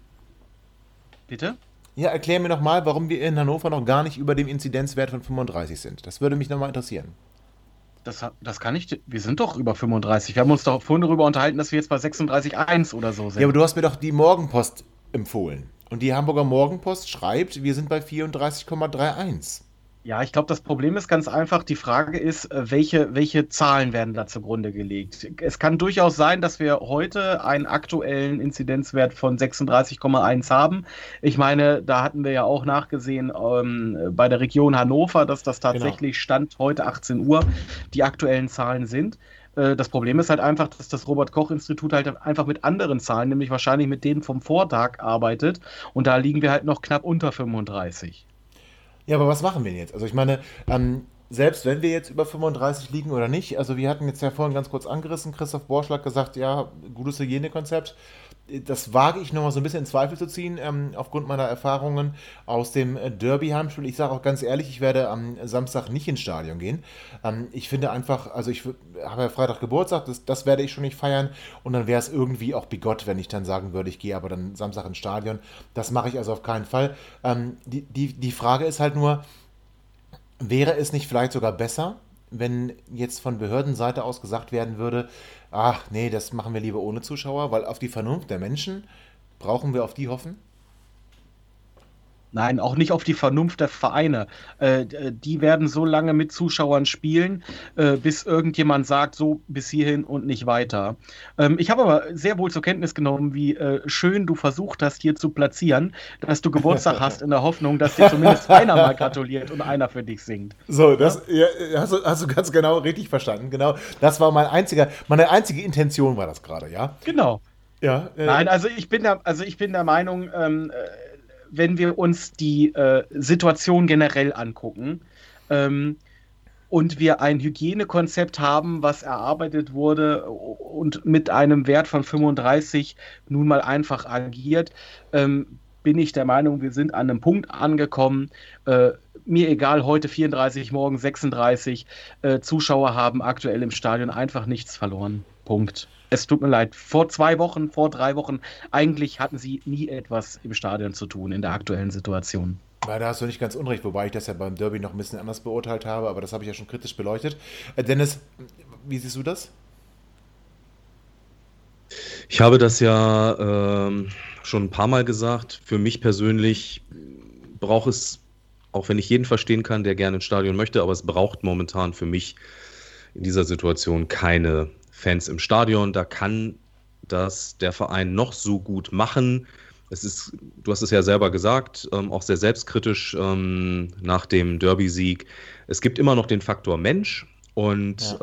Bitte? Ja, erklär mir nochmal, warum wir in Hannover noch gar nicht über dem Inzidenzwert von 35 sind. Das würde mich nochmal interessieren. Das kann ich. Wir sind doch über 35. Wir haben uns doch vorhin darüber unterhalten, dass wir jetzt bei 36,1 oder so sind. Ja, aber du hast mir doch die Morgenpost empfohlen. Und die Hamburger Morgenpost schreibt, wir sind bei 34,31. Ja, ich glaube, das Problem ist ganz einfach. Die Frage ist, welche Zahlen werden da zugrunde gelegt? Es kann durchaus sein, dass wir heute einen aktuellen Inzidenzwert von 36,1 haben. Ich meine, da hatten wir ja auch nachgesehen bei der Region Hannover, dass das tatsächlich Stand heute 18 Uhr die aktuellen Zahlen sind. Das Problem ist halt einfach, dass das Robert-Koch-Institut halt einfach mit anderen Zahlen, nämlich wahrscheinlich mit denen vom Vortag arbeitet. Und da liegen wir halt noch knapp unter 35. Ja, aber was machen wir denn jetzt? Also ich meine, selbst wenn wir jetzt über 35 liegen oder nicht, also wir hatten jetzt ja vorhin ganz kurz angerissen, Christoph Borschel hat gesagt, ja, gutes Hygienekonzept. Das wage ich nochmal so ein bisschen in Zweifel zu ziehen, aufgrund meiner Erfahrungen aus dem Derby-Heimspiel. Ich sage auch ganz ehrlich, ich werde am Samstag nicht ins Stadion gehen. Ich finde einfach, also ich habe ja Freitag Geburtstag, das werde ich schon nicht feiern. Und dann wäre es irgendwie auch bigott, wenn ich dann sagen würde, ich gehe aber dann Samstag ins Stadion. Das mache ich also auf keinen Fall. Die Frage ist halt nur, wäre es nicht vielleicht sogar besser, wenn jetzt von Behördenseite aus gesagt werden würde, ach nee, das machen wir lieber ohne Zuschauer, weil auf die Vernunft der Menschen brauchen wir auf die hoffen? Nein, auch nicht auf die Vernunft der Vereine. Die werden so lange mit Zuschauern spielen, bis irgendjemand sagt, so bis hierhin und nicht weiter. Ich habe aber sehr wohl zur Kenntnis genommen, wie schön du versucht hast, hier zu platzieren, dass du Geburtstag hast, in der Hoffnung, dass dir zumindest einer mal gratuliert und einer für dich singt. So, das ja, hast du ganz genau richtig verstanden. Genau, das war meine einzige Intention war das gerade, ja? Genau. Ja. Nein, also ich bin der Meinung, wenn wir uns die Situation generell angucken und wir ein Hygienekonzept haben, was erarbeitet wurde und mit einem Wert von 35 nun mal einfach agiert, bin ich der Meinung, wir sind an einem Punkt angekommen. Mir egal, heute 34, morgen 36. Zuschauer haben aktuell im Stadion einfach nichts verloren. Punkt. Es tut mir leid. Vor 2 Wochen, vor 3 Wochen, eigentlich hatten sie nie etwas im Stadion zu tun in der aktuellen Situation. Weil da hast du nicht ganz unrecht, wobei ich das ja beim Derby noch ein bisschen anders beurteilt habe, aber das habe ich ja schon kritisch beleuchtet. Dennis, wie siehst du das? Ich habe das ja schon ein paar Mal gesagt. Für mich persönlich braucht es, auch wenn ich jeden verstehen kann, der gerne ins Stadion möchte, aber es braucht momentan für mich in dieser Situation keine Fans im Stadion. Da kann das der Verein noch so gut machen. Du hast es ja selber gesagt, auch sehr selbstkritisch nach dem Derby-Sieg. Es gibt immer noch den Faktor Mensch und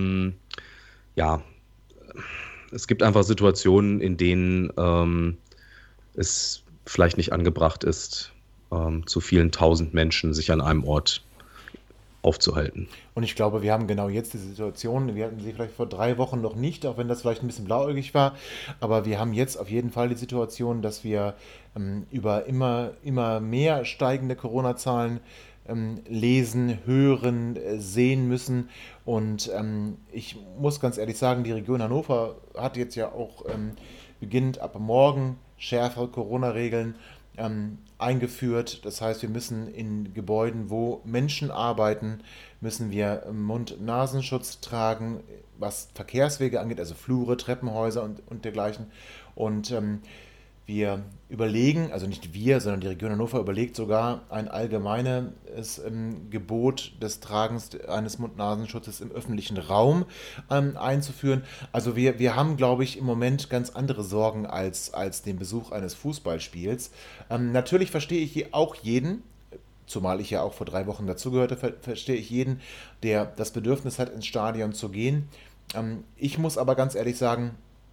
es gibt einfach Situationen, in denen es vielleicht nicht angebracht ist, zu vielen tausend Menschen sich an einem Ort aufzuhalten. Und ich glaube, wir haben genau jetzt die Situation, wir hatten sie vielleicht vor 3 Wochen noch nicht, auch wenn das vielleicht ein bisschen blauäugig war, aber wir haben jetzt auf jeden Fall die Situation, dass wir über immer mehr steigende Corona-Zahlen lesen, hören, sehen müssen. Und ich muss ganz ehrlich sagen, die Region Hannover hat jetzt ja auch beginnend ab morgen schärfere Corona-Regeln eingeführt. Das heißt, wir müssen in Gebäuden, wo Menschen arbeiten, müssen wir Mund-Nasenschutz tragen, was Verkehrswege angeht, also Flure, Treppenhäuser und dergleichen. Und Wir überlegen, also nicht wir, sondern die Region Hannover überlegt sogar ein allgemeines Gebot des Tragens eines Mund-Nasenschutzes im öffentlichen Raum einzuführen. Also wir haben, glaube ich, im Moment ganz andere Sorgen als den Besuch eines Fußballspiels. Natürlich verstehe ich auch jeden, zumal ich ja auch vor 3 Wochen dazugehörte, verstehe ich jeden, der das Bedürfnis hat, ins Stadion zu gehen. Ich muss aber ganz ehrlich sagen,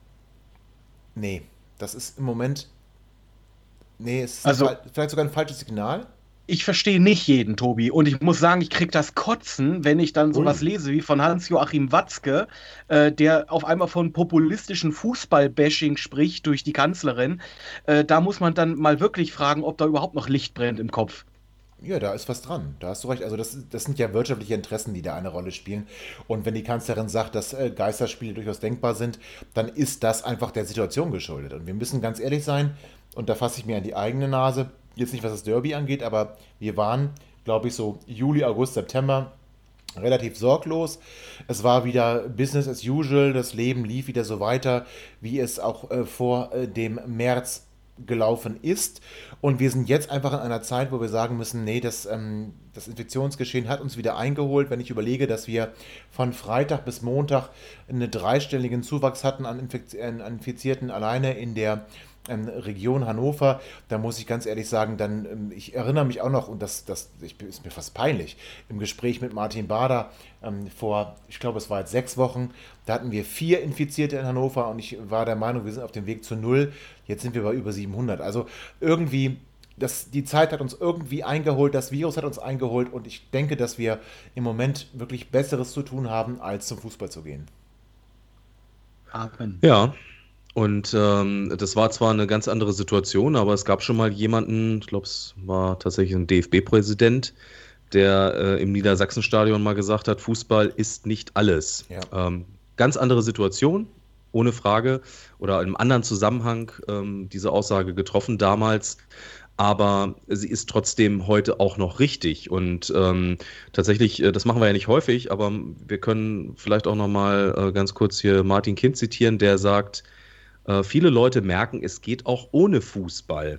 nee, das ist im Moment, nee, es ist Also, vielleicht sogar ein falsches Signal. ich verstehe nicht jeden, Tobi. Und ich muss sagen, ich krieg das Kotzen, wenn ich dann sowas Ui. lese wie von Hans-Joachim Watzke, der auf einmal von populistischen Fußball-Bashing spricht durch die Kanzlerin. Da muss man dann mal wirklich fragen, ob da überhaupt noch Licht brennt im Kopf. Ja, da ist was dran. Da hast du recht. Also das sind ja wirtschaftliche Interessen, die da eine Rolle spielen. Und wenn die Kanzlerin sagt, dass Geisterspiele durchaus denkbar sind, dann ist das einfach der Situation geschuldet. Und wir müssen ganz ehrlich sein, und da fasse ich mir an die eigene Nase, jetzt nicht was das Derby angeht, aber wir waren, glaube ich, so Juli, August, September relativ sorglos. Es war wieder Business as usual. Das Leben lief wieder so weiter, wie es auch vor dem März gelaufen ist. Und wir sind jetzt einfach in einer Zeit, wo wir sagen müssen, nee, das Infektionsgeschehen hat uns wieder eingeholt. Wenn ich überlege, dass wir von Freitag bis Montag einen 3-stelligen Zuwachs hatten an Infizierten alleine in der Region Hannover, da muss ich ganz ehrlich sagen, dann, ich erinnere mich auch noch, und das ist mir fast peinlich, im Gespräch mit Martin Bader vor, ich glaube, es war jetzt 6 Wochen, da hatten wir 4 Infizierte in Hannover und ich war der Meinung, wir sind auf dem Weg zu 0, jetzt sind wir bei über 700. Also irgendwie, die Zeit hat uns irgendwie eingeholt, das Virus hat uns eingeholt und ich denke, dass wir im Moment wirklich Besseres zu tun haben, als zum Fußball zu gehen. Amen. Ja, und das war zwar eine ganz andere Situation, aber es gab schon mal jemanden, ich glaube, es war tatsächlich ein DFB-Präsident, der im Niedersachsenstadion mal gesagt hat, Fußball ist nicht alles. Ja. Ganz andere Situation, ohne Frage, oder in einem anderen Zusammenhang diese Aussage getroffen damals. Aber sie ist trotzdem heute auch noch richtig. Und tatsächlich, das machen wir ja nicht häufig, aber wir können vielleicht auch noch mal ganz kurz hier Martin Kind zitieren, der sagt, viele Leute merken, es geht auch ohne Fußball.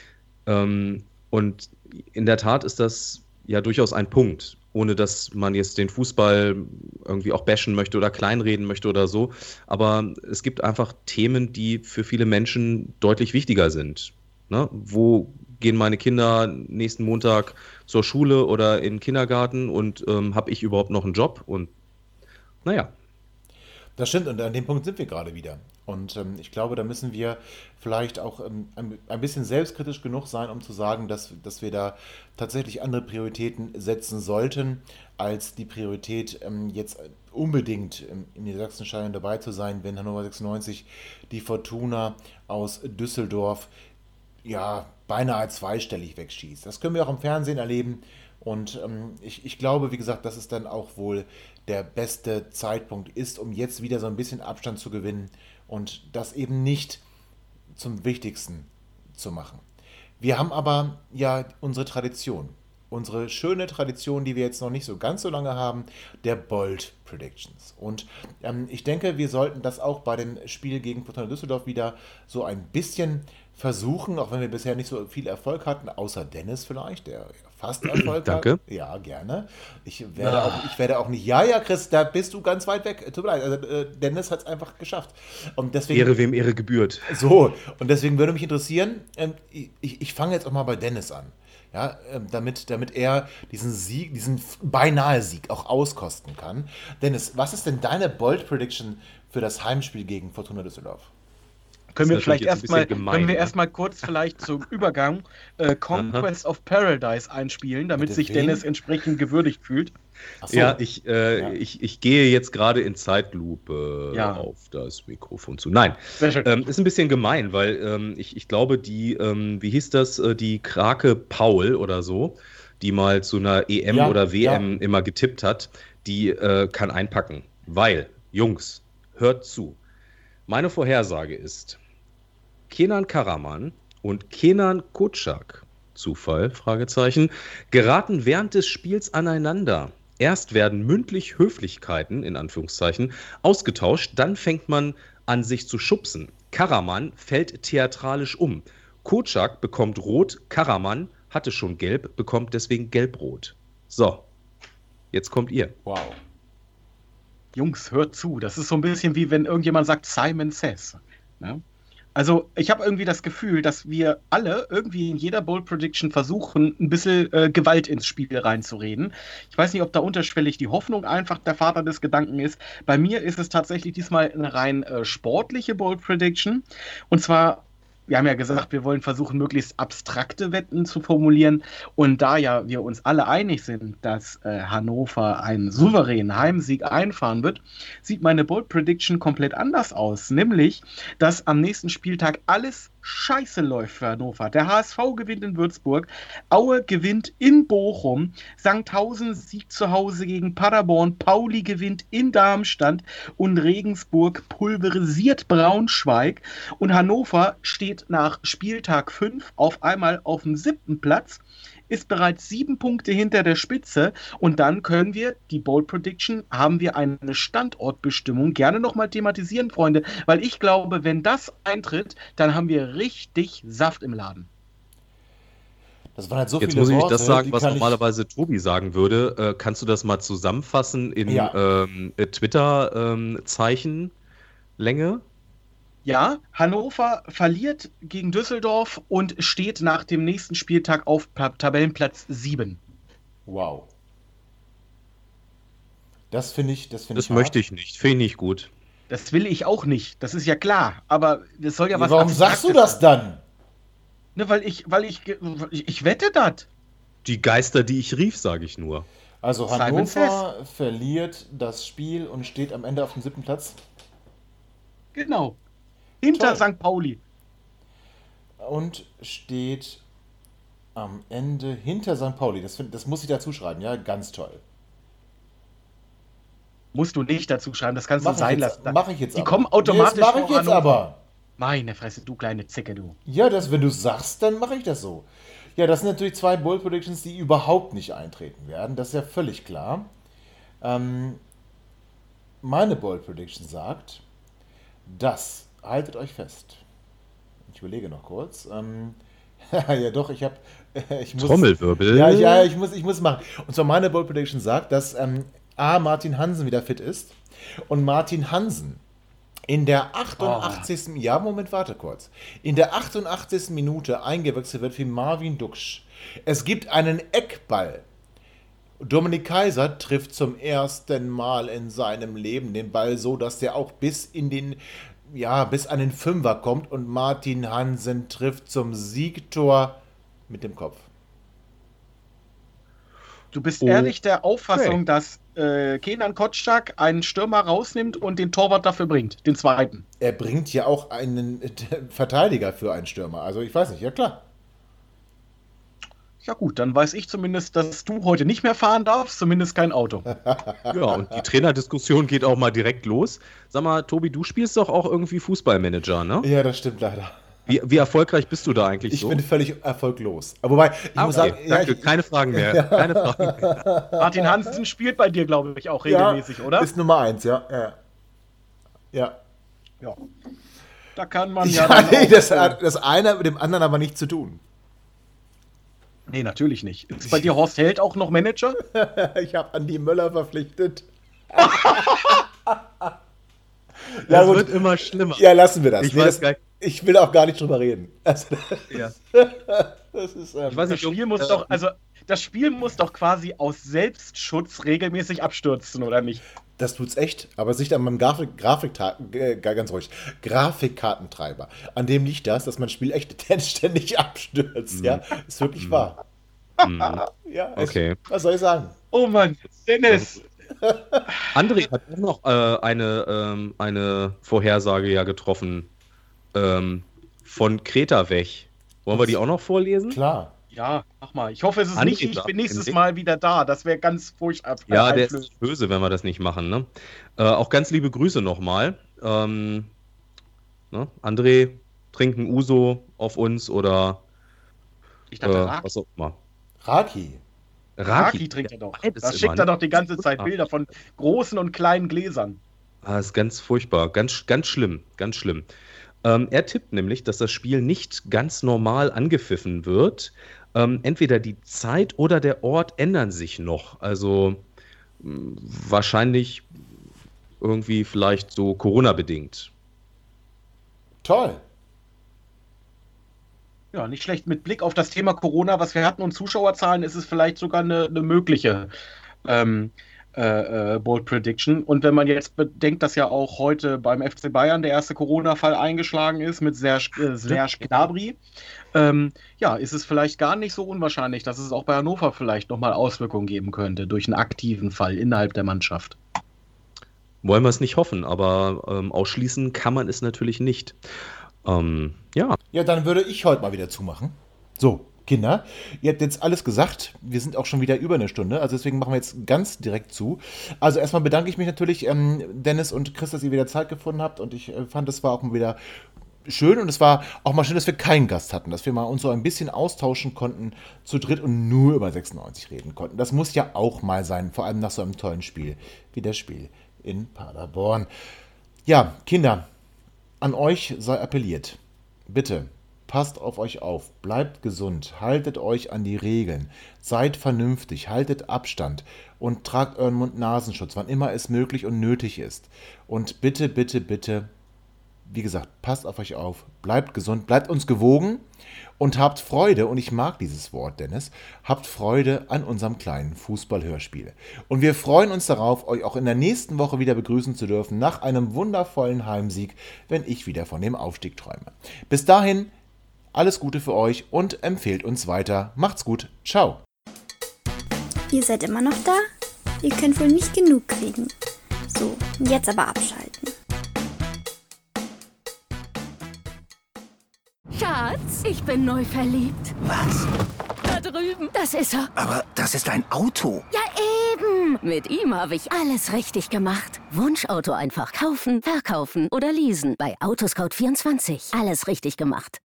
Und in der Tat ist das ja durchaus ein Punkt, ohne dass man jetzt den Fußball irgendwie auch bashen möchte oder kleinreden möchte oder so. Aber es gibt einfach Themen, die für viele Menschen deutlich wichtiger sind. Ne? Wo gehen meine Kinder nächsten Montag zur Schule oder in den Kindergarten und habe ich überhaupt noch einen Job? Und naja. Das stimmt, und an dem Punkt sind wir gerade wieder. Und ich glaube, da müssen wir vielleicht auch ein bisschen selbstkritisch genug sein, um zu sagen, dass wir da tatsächlich andere Prioritäten setzen sollten, als die Priorität, jetzt unbedingt im Niedersachsenstadion dabei zu sein, wenn Hannover 96 die Fortuna aus Düsseldorf ja beinahe zweistellig wegschießt. Das können wir auch im Fernsehen erleben. Und ich glaube, wie gesagt, dass es dann auch wohl der beste Zeitpunkt ist, um jetzt wieder so ein bisschen Abstand zu gewinnen und das eben nicht zum Wichtigsten zu machen. Wir haben aber ja unsere Tradition, unsere schöne Tradition, die wir jetzt noch nicht so ganz so lange haben, der Bold Predictions. Und ich denke, wir sollten das auch bei dem Spiel gegen Fortuna Düsseldorf wieder so ein bisschen versuchen, auch wenn wir bisher nicht so viel Erfolg hatten, außer Dennis vielleicht, der fast Erfolg Danke. hat. Ja, gerne. Ich werde auch nicht, ja, Chris, da bist du ganz weit weg. Tut mir leid, also Dennis hat es einfach geschafft. Und deswegen, Ehre wem Ehre gebührt. so, und deswegen würde mich interessieren, ich fange jetzt auch mal bei Dennis an. Ja, damit er diesen beinahe Sieg auch auskosten kann. Dennis, was ist denn deine Bold Prediction für das Heimspiel gegen Fortuna Düsseldorf? Können wir Das ist vielleicht natürlich jetzt ein bisschen gemein, ne? erstmal kurz vielleicht zum Übergang Conquest of Paradise einspielen, damit Bitte sich wen? Dennis entsprechend gewürdigt fühlt. Ach so. Ja, ich gehe jetzt gerade in Zeitlupe Ja. auf das Mikrofon zu. Nein, Sehr schön. ist ein bisschen gemein, weil ich glaube, wie hieß das, die Krake Paul oder so, die mal zu einer EM Ja, oder WM immer getippt hat, die kann einpacken. Weil, Jungs, hört zu. Meine Vorhersage ist, Kenan Karaman und Kenan Kocak, Zufall, Fragezeichen, geraten während des Spiels aneinander. Erst werden mündlich Höflichkeiten, in Anführungszeichen, ausgetauscht, dann fängt man an, sich zu schubsen. Karaman fällt theatralisch um. Kocak bekommt Rot, Karaman hatte schon Gelb, bekommt deswegen Gelb-Rot. So, jetzt kommt ihr. Wow. Jungs, hört zu. Das ist so ein bisschen wie wenn irgendjemand sagt Simon Says. Ja? Also ich habe irgendwie das Gefühl, dass wir alle irgendwie in jeder Bold Prediction versuchen, ein bisschen Gewalt ins Spiel reinzureden. Ich weiß nicht, ob da unterschwellig die Hoffnung einfach der Vater des Gedanken ist. Bei mir ist es tatsächlich diesmal eine rein sportliche Bold Prediction. Und zwar, wir haben ja gesagt, wir wollen versuchen, möglichst abstrakte Wetten zu formulieren. Und da ja wir uns alle einig sind, dass Hannover einen souveränen Heimsieg einfahren wird, sieht meine Bold Prediction komplett anders aus. Nämlich, dass am nächsten Spieltag alles scheiße läuft für Hannover. Der HSV gewinnt in Würzburg, Aue gewinnt in Bochum, Sandhausen siegt zu Hause gegen Paderborn, Pauli gewinnt in Darmstadt und Regensburg pulverisiert Braunschweig und Hannover steht nach Spieltag 5 auf einmal auf dem 7. Platz, ist bereits 7 Punkte hinter der Spitze und dann können wir, die Bold Prediction, haben wir eine Standortbestimmung gerne nochmal thematisieren, Freunde, weil ich glaube, wenn das eintritt, dann haben wir richtig Saft im Laden. Das waren halt so Jetzt viele muss ich Worte, das sagen, die was kann normalerweise Tobi sagen würde. Kannst du das mal zusammenfassen in Ja. Twitter-Zeichenlänge? Ja, Hannover verliert gegen Düsseldorf und steht nach dem nächsten Spieltag auf Tabellenplatz 7. Wow. Das finde ich Das hart. möchte ich nicht. Finde ich nicht gut. Das will ich auch nicht, das ist ja klar, aber es soll ja was Warum sagst du Abstraktes das dann? sein. Ne, weil ich wette das. Die Geister, die ich rief, sage ich nur. Also Simon Hannover verliert das Spiel und steht am Ende auf dem 7. Platz. Genau. Hinter Toll. St. Pauli. Und steht am Ende hinter St. Pauli. Das muss ich dazu schreiben, ja? Ganz toll. Musst du nicht dazu schreiben, das kannst du sein lassen. Mach ich jetzt Die aber. kommen automatisch Nee, das mache ich vor jetzt Hannover. aber. Meine Fresse, du kleine Zicke, du. Ja, wenn du sagst, dann mache ich das so. Ja, das sind natürlich 2 Bold Predictions, die überhaupt nicht eintreten werden. Das ist ja völlig klar. Meine Bold Prediction sagt, dass, haltet euch fest, ich überlege noch kurz, ja doch, ich muss... Trommelwirbel. Ja, ich muss machen. Und zwar meine Bold Prediction sagt, dass Martin Hansen wieder fit ist und Martin Hansen in der 88. Ja, Moment, warte kurz. In der 88. Minute eingewechselt wird für Marvin Duksch. Es gibt einen Eckball. Dominik Kaiser trifft zum ersten Mal in seinem Leben den Ball so, dass der auch bis an den Fünfer kommt und Martin Hansen trifft zum Siegtor mit dem Kopf. Du bist ehrlich der Auffassung, dass Kenan Kotschak einen Stürmer rausnimmt und den Torwart dafür bringt, den zweiten. Er bringt ja auch einen Verteidiger für einen Stürmer. Also ich weiß nicht, ja klar. Ja gut, dann weiß ich zumindest, dass du heute nicht mehr fahren darfst, zumindest kein Auto. Ja, und die Trainerdiskussion geht auch mal direkt los. Sag mal, Tobi, du spielst doch auch irgendwie Fußballmanager, ne? Ja, das stimmt leider. Wie erfolgreich bist du da eigentlich Ich so? bin völlig erfolglos. Aber wobei, ich muss sagen, danke, keine Fragen mehr. Keine Fragen mehr. Martin Hansen spielt bei dir, glaube ich, auch regelmäßig, oder? Ist Nummer 1, ja. Ja. Ja. Da kann man Ja, dann nee, auch, das eine hat mit dem anderen aber nichts zu tun. Nee, natürlich nicht. Ist bei dir Horst Held auch noch Manager? Ich habe Andi Möller verpflichtet. Das wird immer schlimmer. Ja, lassen wir das. Ich weiß gar nicht. Ich will auch gar nicht drüber reden. Also, Ja. das ist, Ich weiß Das nicht, das Spiel muss doch quasi aus Selbstschutz regelmäßig abstürzen, oder nicht? das tut's echt. Aber es liegt an meinem ganz ruhig, Grafikkartentreiber. An dem liegt das, dass mein Spiel echt ständig abstürzt. Ja, ist wirklich wahr. Ja, Okay. Was soll ich sagen? Oh Mann, Dennis! André hat auch noch eine Vorhersage ja getroffen von Kreta weg. Wollen wir die auch noch vorlesen? Klar. Ja, mach mal. Ich hoffe, es ist André nicht, ich sagt, bin nächstes André- Mal wieder da. Das wäre ganz furchtbar. Ja, der ist nicht böse, wenn wir das nicht machen. Ne? Auch ganz liebe Grüße nochmal. Ne? André, trinken Uso auf uns oder Ich dachte, Raki. was auch immer. Raki. Raki trinkt er doch. Beides Da immer, schickt er ne? doch die ganze Zeit Bilder von großen und kleinen Gläsern. Das ist ganz furchtbar. Ganz schlimm. Ganz schlimm. Er tippt nämlich, dass das Spiel nicht ganz normal angepfiffen wird. Entweder die Zeit oder der Ort ändern sich noch. Also wahrscheinlich irgendwie vielleicht so Corona-bedingt. Toll. Ja, nicht schlecht. Mit Blick auf das Thema Corona, was wir hatten und Zuschauerzahlen, ist es vielleicht sogar eine mögliche Bold Prediction. Und wenn man jetzt bedenkt, dass ja auch heute beim FC Bayern der erste Corona-Fall eingeschlagen ist mit Serge Gnabry, ist es vielleicht gar nicht so unwahrscheinlich, dass es auch bei Hannover vielleicht nochmal Auswirkungen geben könnte durch einen aktiven Fall innerhalb der Mannschaft. Wollen wir es nicht hoffen, aber ausschließen kann man es natürlich nicht. Ja, dann würde ich heute mal wieder zumachen. So, Kinder, ihr habt jetzt alles gesagt. Wir sind auch schon wieder über eine Stunde, also deswegen machen wir jetzt ganz direkt zu. Also erstmal bedanke ich mich natürlich, Dennis und Chris, dass ihr wieder Zeit gefunden habt, und ich fand, es war auch mal wieder schön, und es war auch mal schön, dass wir keinen Gast hatten, dass wir mal uns so ein bisschen austauschen konnten zu dritt und nur über 96 reden konnten. Das muss ja auch mal sein, vor allem nach so einem tollen Spiel wie das Spiel in Paderborn. Ja, Kinder, an euch sei appelliert. Bitte, passt auf euch auf, bleibt gesund, haltet euch an die Regeln, seid vernünftig, haltet Abstand und tragt euren Mund-Nasenschutz, wann immer es möglich und nötig ist. Und bitte, bitte, bitte, wie gesagt, passt auf euch auf, bleibt gesund, bleibt uns gewogen und habt Freude, und ich mag dieses Wort, Dennis, habt Freude an unserem kleinen Fußballhörspiel. Und wir freuen uns darauf, euch auch in der nächsten Woche wieder begrüßen zu dürfen, nach einem wundervollen Heimsieg, wenn ich wieder von dem Aufstieg träume. Bis dahin, alles Gute für euch und empfehlt uns weiter. Macht's gut, ciao. Ihr seid immer noch da? Ihr könnt wohl nicht genug kriegen. So, jetzt aber abschalten. Schatz, ich bin neu verliebt. Was? Da drüben. Das ist er. Aber das ist ein Auto. Ja, eben. Mit ihm habe ich alles richtig gemacht. Wunschauto einfach kaufen, verkaufen oder leasen. Bei Autoscout24. Alles richtig gemacht.